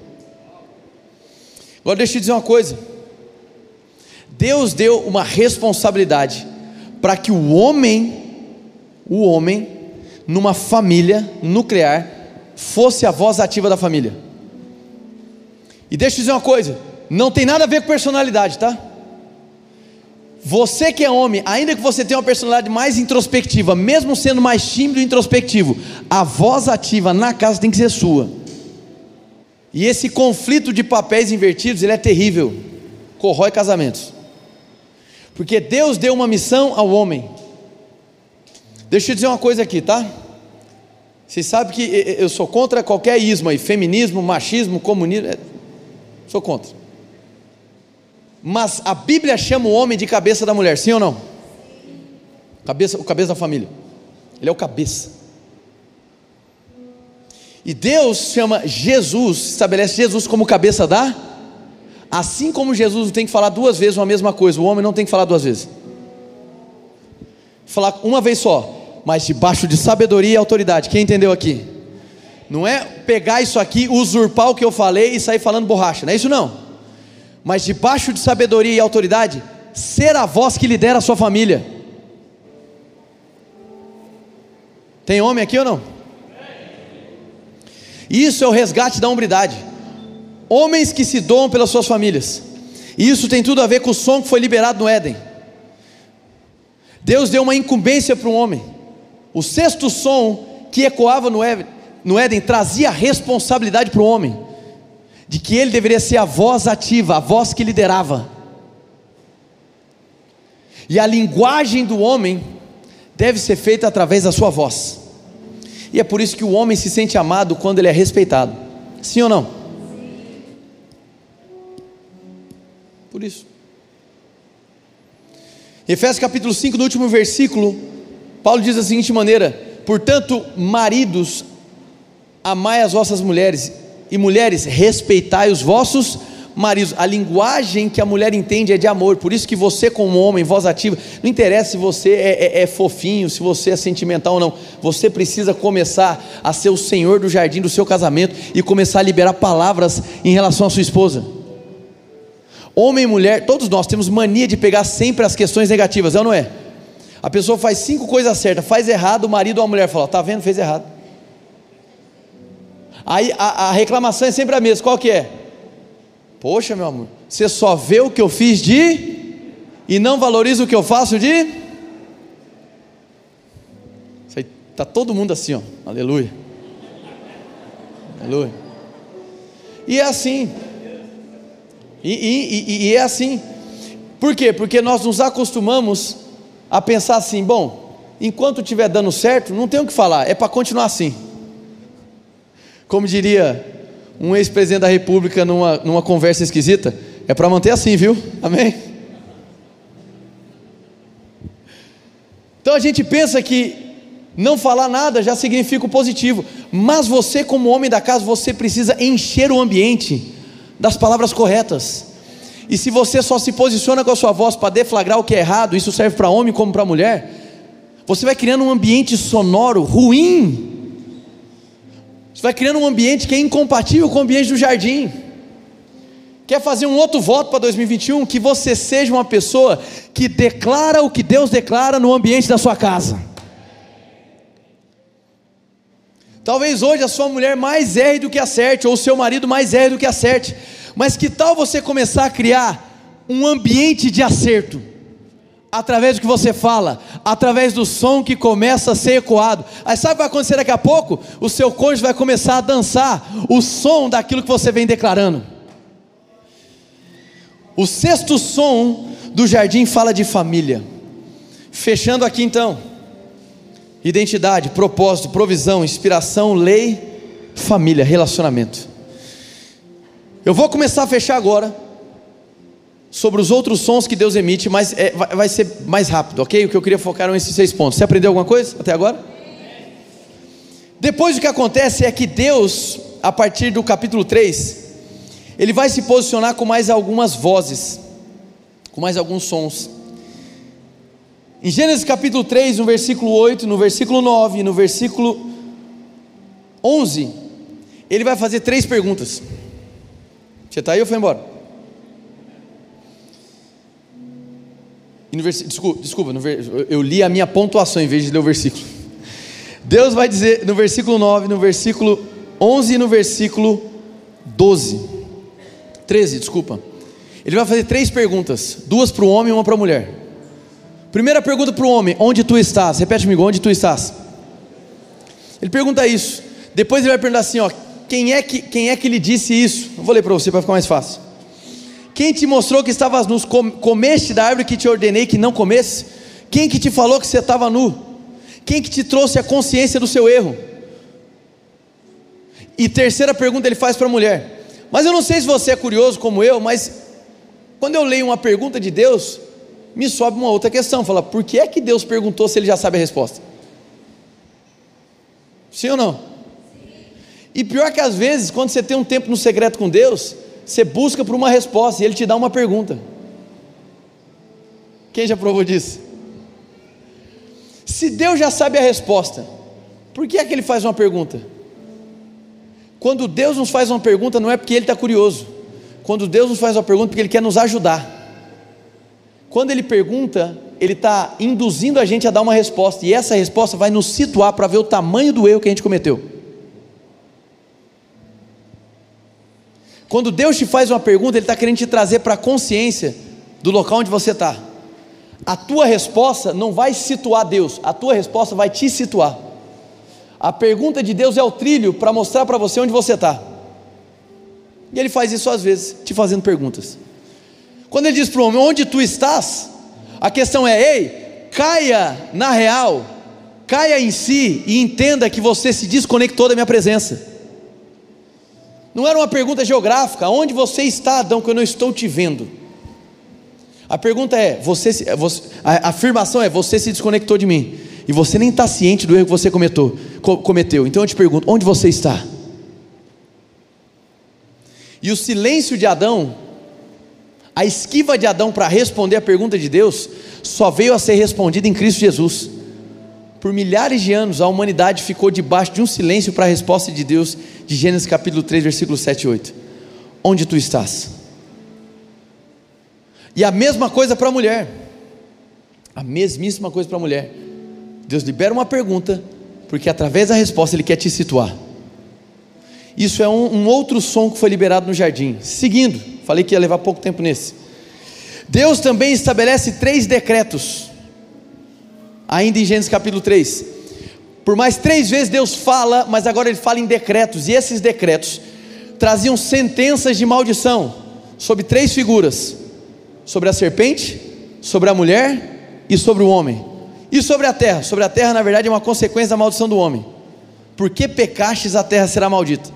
Agora deixa eu te dizer uma coisa. Deus deu uma responsabilidade para que o homem, numa família nuclear, fosse a voz ativa da família. E deixa eu te dizer uma coisa, não tem nada a ver com personalidade, tá? Você que é homem, ainda que você tenha uma personalidade mais introspectiva, mesmo sendo mais tímido e introspectivo, a voz ativa na casa tem que ser sua. E esse conflito de papéis invertidos, ele é terrível, corrói casamentos. Porque Deus deu uma missão ao homem. Deixa eu dizer uma coisa aqui, tá? Vocês sabem que eu sou contra qualquer ismo aí, feminismo, machismo, comunismo, sou contra. Mas a Bíblia chama o homem de cabeça da mulher, sim ou não? O cabeça da família. Ele é o cabeça. E Deus chama Jesus, estabelece Jesus como cabeça da. Assim como Jesus tem que falar duas vezes uma mesma coisa, o homem não tem que falar duas vezes. Falar uma vez só, mas debaixo de sabedoria e autoridade. Quem entendeu aqui? Não é pegar isso aqui, usurpar o que eu falei e sair falando borracha, não é isso não. Mas debaixo de sabedoria e autoridade, ser a voz que lidera a sua família. Tem homem aqui ou não? Isso é o resgate da hombridade. Homens que se doam pelas suas famílias. E isso tem tudo a ver com o som que foi liberado no Éden. Deus deu uma incumbência para um homem. O sexto som que ecoava no Éden trazia responsabilidade para o homem, de que ele deveria ser a voz ativa, a voz que liderava. E a linguagem do homem deve ser feita através da sua voz. E é por isso que o homem se sente amado quando ele é respeitado. Sim ou não? Por isso. Efésios capítulo 5, no último versículo, Paulo diz da seguinte maneira: portanto, maridos, amai as vossas mulheres, e mulheres, respeitai os vossos maridos. A linguagem que a mulher entende é de amor. Por isso que você, como homem, voz ativa, não interessa se você é fofinho, se você é sentimental ou não, você precisa começar a ser o senhor do jardim do seu casamento e começar a liberar palavras em relação à sua esposa. Homem e mulher, todos nós temos mania de pegar sempre as questões negativas, é ou não é? A pessoa faz 5 coisas certas, faz errado, o marido ou a mulher fala: tá vendo, fez errado. Aí a reclamação é sempre a mesma. Qual que é? Poxa, meu amor, você só vê o que eu fiz de e não valoriza o que eu faço de. Isso aí, tá todo mundo assim, ó. Aleluia, aleluia. E é assim. E é assim. Por quê? Porque nós nos acostumamos a pensar assim: bom, enquanto estiver dando certo, não tem o que falar, é para continuar assim. Como diria um ex-presidente da república numa conversa esquisita: é para manter assim, viu? Amém? Então a gente pensa que não falar nada já significa o positivo, mas você, como homem da casa, você precisa encher o ambiente das palavras corretas. E se você só se posiciona com a sua voz para deflagrar o que é errado, isso serve para homem como para mulher, você vai criando um ambiente sonoro ruim, você vai criando um ambiente que é incompatível com o ambiente do jardim. Quer fazer um outro voto para 2021? Que você seja uma pessoa que declara o que Deus declara no ambiente da sua casa. Talvez hoje a sua mulher mais erre do que acerte, ou o seu marido mais erre do que acerte, mas que tal você começar a criar um ambiente de acerto, através do que você fala, através do som que começa a ser ecoado. Aí sabe o que vai acontecer daqui a pouco? O seu cônjuge vai começar a dançar o som daquilo que você vem declarando. O sexto som do jardim fala de família. Fechando aqui então: identidade, propósito, provisão, inspiração, lei, família, relacionamento. Eu vou começar a fechar agora sobre os outros sons que Deus emite, mas vai ser mais rápido, ok? O que eu queria focar eram esses 6 pontos. Você aprendeu alguma coisa até agora? Depois o que acontece é que Deus, a partir do capítulo 3, Ele vai se posicionar com mais algumas vozes, com mais alguns sons. Em Gênesis capítulo 3, no versículo 8, no versículo 9 e no versículo 11, Ele vai fazer 3 perguntas. Você está aí ou foi embora? Desculpa, eu li a minha pontuação em vez de ler o versículo. Deus vai dizer no versículo 9, no versículo 11 e no versículo 13, desculpa. Ele vai fazer 3 perguntas, 2 para o homem e 1 para a mulher. Primeira pergunta para o homem: onde tu estás? Repete comigo: onde tu estás? Ele pergunta isso. Depois ele vai perguntar assim, ó: quem é que lhe disse isso? Eu vou ler para você para ficar mais fácil. Quem te mostrou que estavas nu? Comeste da árvore que te ordenei que não comesse? Quem que te falou que você estava nu? Quem que te trouxe a consciência do seu erro? E terceira pergunta ele faz para a mulher. Mas eu não sei se você é curioso como eu, mas quando eu leio uma pergunta de Deus, me sobe uma outra questão. Fala: por que é que Deus perguntou se Ele já sabe a resposta? Sim ou não? E pior que às vezes, quando você tem um tempo no secreto com Deus, você busca por uma resposta e Ele te dá uma pergunta. Quem já provou disso? Se Deus já sabe a resposta, por que é que Ele faz uma pergunta? Quando Deus nos faz uma pergunta, não é porque Ele está curioso. Quando Deus nos faz uma pergunta, porque Ele quer nos ajudar. Quando Ele pergunta, Ele está induzindo a gente a dar uma resposta, e essa resposta vai nos situar para ver o tamanho do erro que a gente cometeu. Quando Deus te faz uma pergunta, Ele está querendo te trazer para a consciência do local onde você está. A tua resposta não vai situar Deus, a tua resposta vai te situar. A pergunta de Deus é o trilho para mostrar para você onde você está. E Ele faz isso às vezes, te fazendo perguntas. Quando Ele diz para o homem: onde tu estás? A questão é: ei, caia na real, caia em si e entenda que você se desconectou da minha presença. Não era uma pergunta geográfica: onde você está, Adão, que eu não estou te vendo? A pergunta é, a afirmação é: você se desconectou de mim, e você nem está ciente do erro que você cometeu. Então eu te pergunto: onde você está? E o silêncio de Adão, a esquiva de Adão para responder a pergunta de Deus, só veio a ser respondida em Cristo Jesus. Por milhares de anos a humanidade ficou debaixo de um silêncio para a resposta de Deus, de Gênesis capítulo 3, versículos 7 e 8. Onde tu estás? E a mesma coisa para a mulher, a mesmíssima coisa para a mulher. Deus libera uma pergunta, porque através da resposta Ele quer te situar. Isso é um outro som que foi liberado no jardim. Seguindo, falei que ia levar pouco tempo nesse. Deus também estabelece 3 decretos, ainda em Gênesis capítulo 3. Por mais 3 vezes Deus fala, mas agora Ele fala em decretos. E esses decretos traziam sentenças de maldição sobre 3 figuras: sobre a serpente, sobre a mulher e sobre o homem. E sobre a terra? Sobre a terra, na verdade, é uma consequência da maldição do homem. Porque pecastes, a terra será maldita.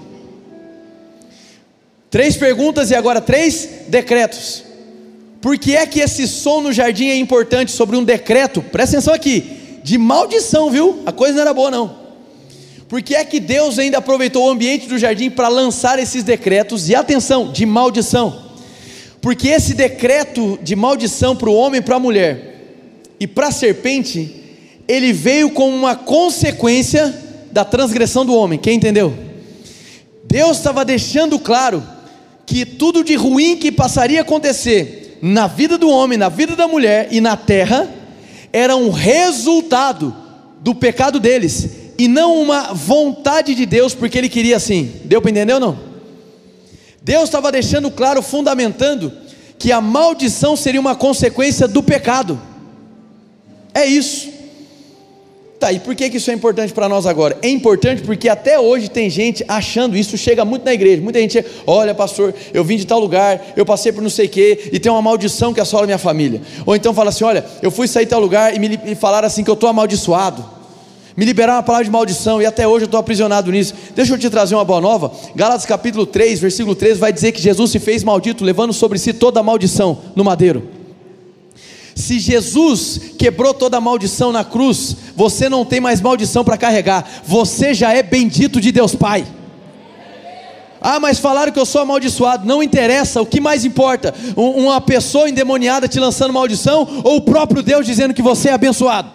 3 perguntas e agora 3 decretos. Por que é que esse som no jardim é importante? Sobre um decreto, presta atenção aqui, de maldição, viu? A coisa não era boa não. Por que é que Deus ainda aproveitou o ambiente do jardim para lançar esses decretos, e atenção, de maldição? Porque esse decreto de maldição para o homem e para a mulher, e para a serpente, ele veio como uma consequência da transgressão do homem. Quem entendeu? Deus estava deixando claro que tudo de ruim que passaria a acontecer na vida do homem, na vida da mulher e na terra, era um resultado do pecado deles, e não uma vontade de Deus, porque Ele queria assim. Deu para entender ou não? Deus estava deixando claro, fundamentando, que a maldição seria uma consequência do pecado. É isso. Tá, e por que isso é importante para nós agora? É importante porque até hoje tem gente achando, isso chega muito na igreja, muita gente chega: olha pastor, eu vim de tal lugar, eu passei por não sei o que, e tem uma maldição que assola minha família. Ou então fala assim: olha, eu fui sair de tal lugar e me falaram assim que eu estou amaldiçoado, me liberaram uma palavra de maldição, e até hoje eu estou aprisionado nisso. Deixa eu te trazer uma boa nova. Gálatas capítulo 3, versículo 13 vai dizer que Jesus se fez maldito, levando sobre si toda a maldição no madeiro. Se Jesus quebrou toda a maldição na cruz, você não tem mais maldição para carregar, você já é bendito de Deus Pai. Ah, mas falaram que eu sou amaldiçoado. Não interessa, o que mais importa? Uma pessoa endemoniada te lançando maldição, ou o próprio Deus dizendo que você é abençoado?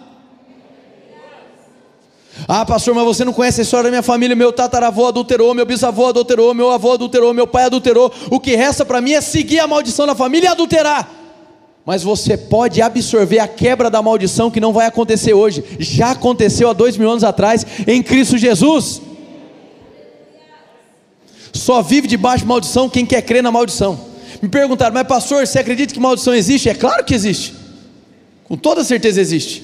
Ah pastor, mas você não conhece a história da minha família, meu tataravô adulterou, meu bisavô adulterou, meu avô adulterou, meu pai adulterou. O que resta para mim é seguir a maldição da família e adulterar. Mas você pode absorver a quebra da maldição, que não vai acontecer hoje, já aconteceu há 2000 anos atrás, em Cristo Jesus. Só vive debaixo de maldição quem quer crer na maldição. Me perguntaram: mas pastor, você acredita que maldição existe? É claro que existe, com toda certeza existe.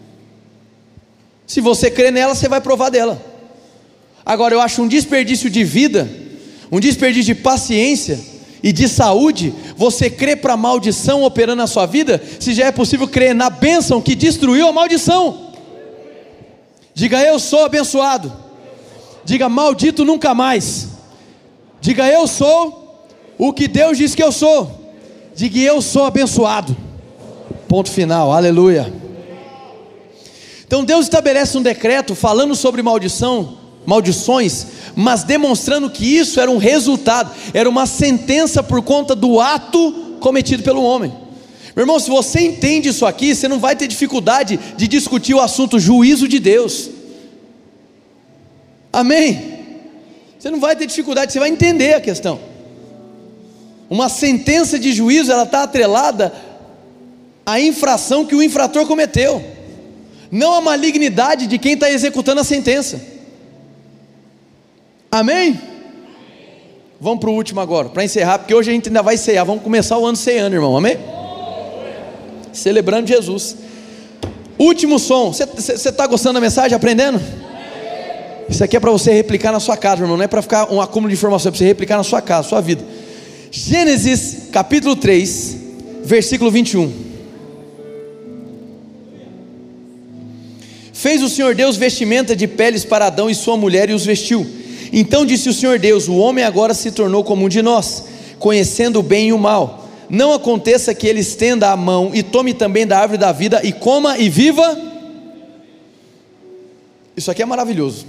Se você crer nela, você vai provar dela. Agora, eu acho um desperdício de vida, um desperdício de paciência e de saúde, você crê para a maldição operando na sua vida, se já é possível crer na bênção que destruiu a maldição. Diga: eu sou abençoado. Diga: maldito nunca mais. Diga: eu sou o que Deus diz que eu sou. Diga: eu sou abençoado. Ponto final, aleluia. Então Deus estabelece um decreto falando sobre maldições, mas demonstrando que isso era um resultado, era uma sentença por conta do ato cometido pelo homem. Meu irmão, se você entende isso aqui, você não vai ter dificuldade de discutir o assunto juízo de Deus. Amém? Você não vai ter dificuldade, você vai entender a questão. Uma sentença de juízo, ela está atrelada à infração que o infrator cometeu, não a malignidade de quem está executando a sentença. Amém? Vamos para o último agora, para encerrar, porque hoje a gente ainda vai ceiar. Vamos começar o ano ceando, irmão, amém? Celebrando Jesus. Último som. Você está gostando da mensagem, aprendendo? Isso aqui é para você replicar na sua casa, irmão. Não é para ficar um acúmulo de informação, é para você replicar na sua casa, sua vida. Gênesis capítulo 3, versículo 21. Fez o Senhor Deus vestimenta de peles para Adão e sua mulher e os vestiu. Então disse o Senhor Deus: o homem agora se tornou como um de nós, conhecendo o bem e o mal. Não aconteça que ele estenda a mão e tome também da árvore da vida e coma e viva. Isso aqui é maravilhoso,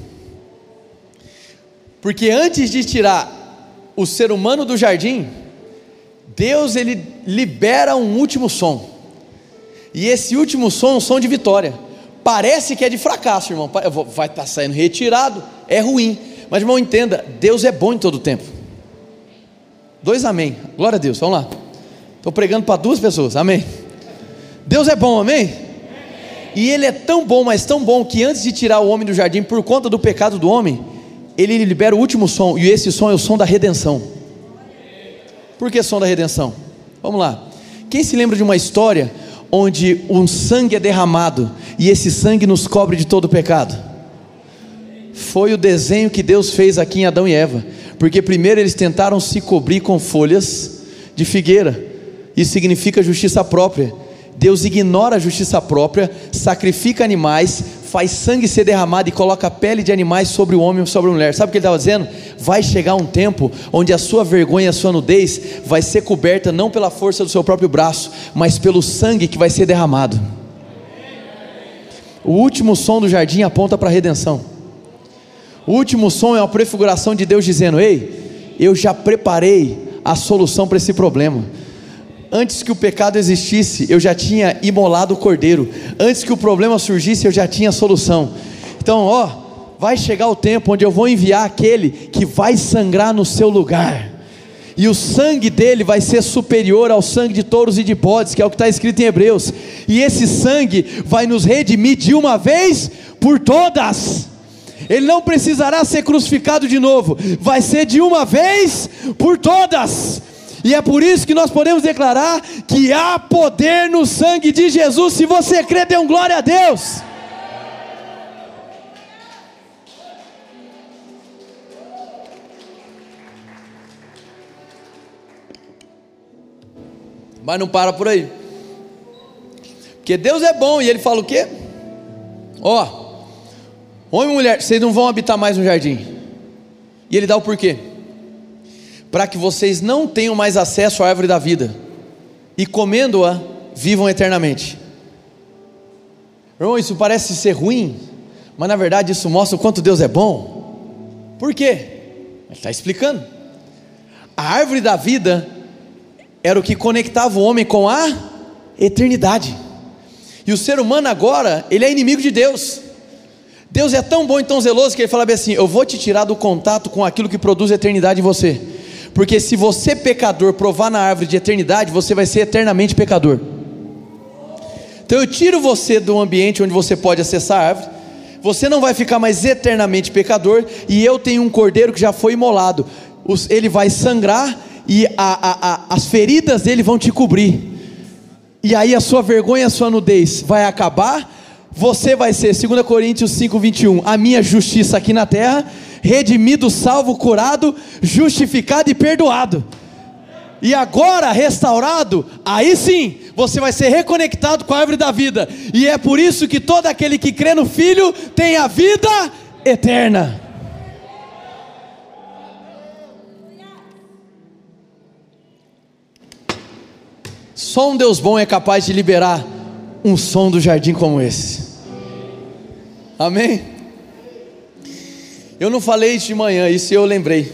porque antes de tirar o ser humano do jardim, Deus ele libera um último som, e esse último som é um som de vitória. Parece que é de fracasso, irmão, vai estar saindo retirado, é ruim, mas irmão, entenda, Deus é bom em todo o tempo. 2 amém, glória a Deus, vamos lá, estou pregando para 2 pessoas, amém. Deus é bom, amém? E Ele é tão bom, mas tão bom, que antes de tirar o homem do jardim, por conta do pecado do homem, Ele libera o último som, e esse som é o som da redenção. Por que som da redenção? Vamos lá, quem se lembra de uma história onde um sangue é derramado, e esse sangue nos cobre de todo o pecado? Foi o desenho que Deus fez aqui em Adão e Eva, porque primeiro eles tentaram se cobrir com folhas de figueira, isso significa justiça própria. Deus ignora a justiça própria, sacrifica animais, faz sangue ser derramado e coloca a pele de animais sobre o homem e sobre a mulher. Sabe o que ele estava dizendo? Vai chegar um tempo onde a sua vergonha e a sua nudez vai ser coberta não pela força do seu próprio braço, mas pelo sangue que vai ser derramado. O último som do jardim aponta para a redenção. O último som é uma prefiguração de Deus dizendo: ei, eu já preparei a solução para esse problema. Antes que o pecado existisse, eu já tinha imolado o cordeiro. Antes que o problema surgisse, eu já tinha a solução. Então, vai chegar o tempo onde eu vou enviar aquele que vai sangrar no seu lugar, e o sangue dele vai ser superior ao sangue de touros e de bodes, que é o que está escrito em Hebreus. E esse sangue vai nos redimir de uma vez por todas. Ele não precisará ser crucificado de novo, vai ser de uma vez por todas. E é por isso que nós podemos declarar que há poder no sangue de Jesus. Se você crê, dê um glória a Deus. Mas não para por aí, porque Deus é bom, e Ele fala o quê? Homem e mulher, vocês não vão habitar mais no jardim. E Ele dá o porquê: para que vocês não tenham mais acesso à árvore da vida, e comendo-a, vivam eternamente. Irmão, isso parece ser ruim, mas na verdade isso mostra o quanto Deus é bom. Por quê? Ele está explicando. A árvore da vida era o que conectava o homem com a eternidade, e o ser humano agora, ele é inimigo de Deus. Deus é tão bom e tão zeloso que Ele fala bem assim: eu vou te tirar do contato com aquilo que produz eternidade em você, porque se você pecador provar na árvore de eternidade, você vai ser eternamente pecador. Então eu tiro você do ambiente onde você pode acessar a árvore, você não vai ficar mais eternamente pecador, e eu tenho um cordeiro que já foi imolado, ele vai sangrar, e as feridas dele vão te cobrir, e aí a sua vergonha, a sua nudez vai acabar. Você vai ser, 2 Coríntios 5:21, a minha justiça aqui na terra, redimido, salvo, curado, justificado e perdoado. E agora restaurado, aí sim, você vai ser reconectado com a árvore da vida. E é por isso que todo aquele que crê no Filho tem a vida eterna. Só um Deus bom é capaz de liberar um som do jardim como esse. Amém? Eu não falei isso de manhã, isso eu lembrei.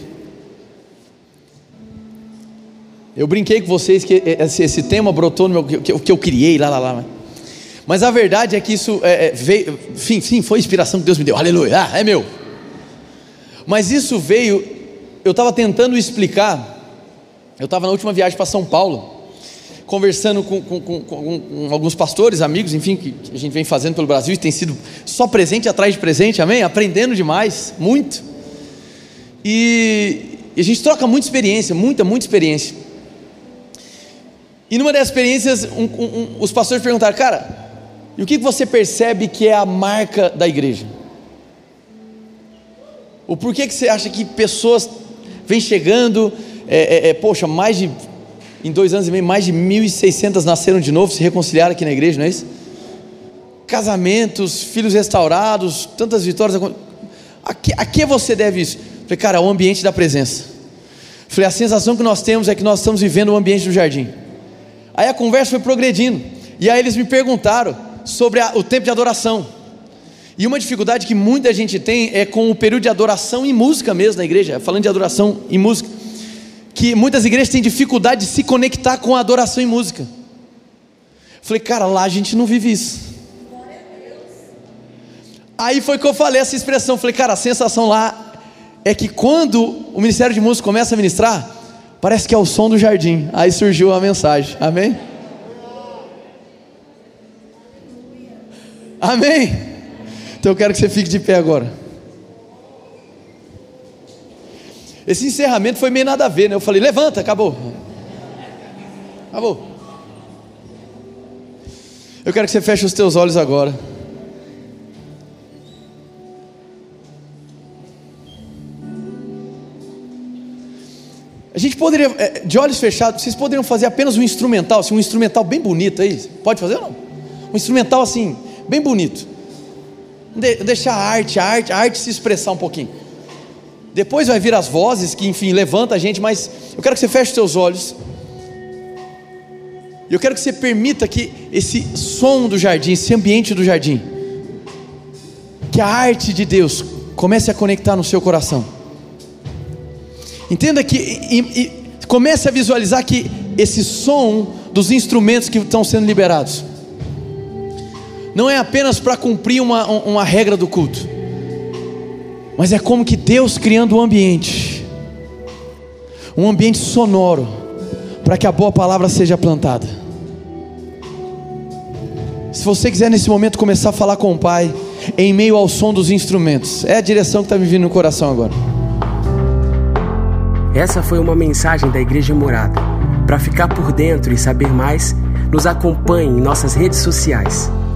Eu brinquei com vocês que esse tema brotou no meu, que eu criei lá. Mas a verdade é que isso veio, sim, foi inspiração que Deus me deu, aleluia, é meu. Mas isso veio, eu estava tentando explicar. Eu estava na última viagem para São Paulo, conversando com alguns pastores, amigos, enfim, que a gente vem fazendo pelo Brasil, e tem sido só presente atrás de presente, amém? Aprendendo demais, muito. E a gente troca muita experiência, muita experiência. E numa dessas experiências, os pastores perguntaram: cara, e o que você percebe que é a marca da igreja? O porquê que você acha que pessoas vêm chegando, em 2 anos e meio, mais de 1.600 nasceram de novo, se reconciliaram aqui na igreja, não é isso? casamentos, filhos restaurados, tantas vitórias. A que você deve isso? Falei, cara, o ambiente da presença. Falei, a sensação que nós temos é que nós estamos vivendo o ambiente do jardim. Aí a conversa foi progredindo, e aí eles me perguntaram sobre o tempo de adoração. E uma dificuldade que muita gente tem é com o período de adoração e música mesmo na igreja, falando de adoração e música, que muitas igrejas têm dificuldade de se conectar com a adoração e música. Falei, cara, lá a gente não vive isso. Aí foi que eu falei essa expressão. Falei, cara, a sensação lá é que quando o Ministério de Música começa a ministrar, parece que é o som do jardim. Aí surgiu a mensagem, amém? Amém? Então eu quero que você fique de pé agora. Esse encerramento foi meio nada a ver, né? Eu falei, levanta, acabou. Acabou. Eu quero que você feche os teus olhos agora. A gente poderia, de olhos fechados, vocês poderiam fazer apenas um instrumental, assim, um instrumental bem bonito aí. Pode fazer ou não? Um instrumental assim, bem bonito. Deixar a arte se expressar um pouquinho. Depois vai vir as vozes, que enfim, levanta a gente, mas eu quero que você feche os seus olhos. E eu quero que você permita que esse som do jardim, esse ambiente do jardim, que a arte de Deus comece a conectar no seu coração. Entenda que comece a visualizar que esse som dos instrumentos que estão sendo liberados não é apenas para cumprir uma regra do culto, mas é como que Deus criando um ambiente sonoro, para que a boa palavra seja plantada. Se você quiser nesse momento começar a falar com o Pai, em meio ao som dos instrumentos, é a direção que está me vindo no coração agora. Essa foi uma mensagem da Igreja Morada. Para ficar por dentro e saber mais, nos acompanhe em nossas redes sociais.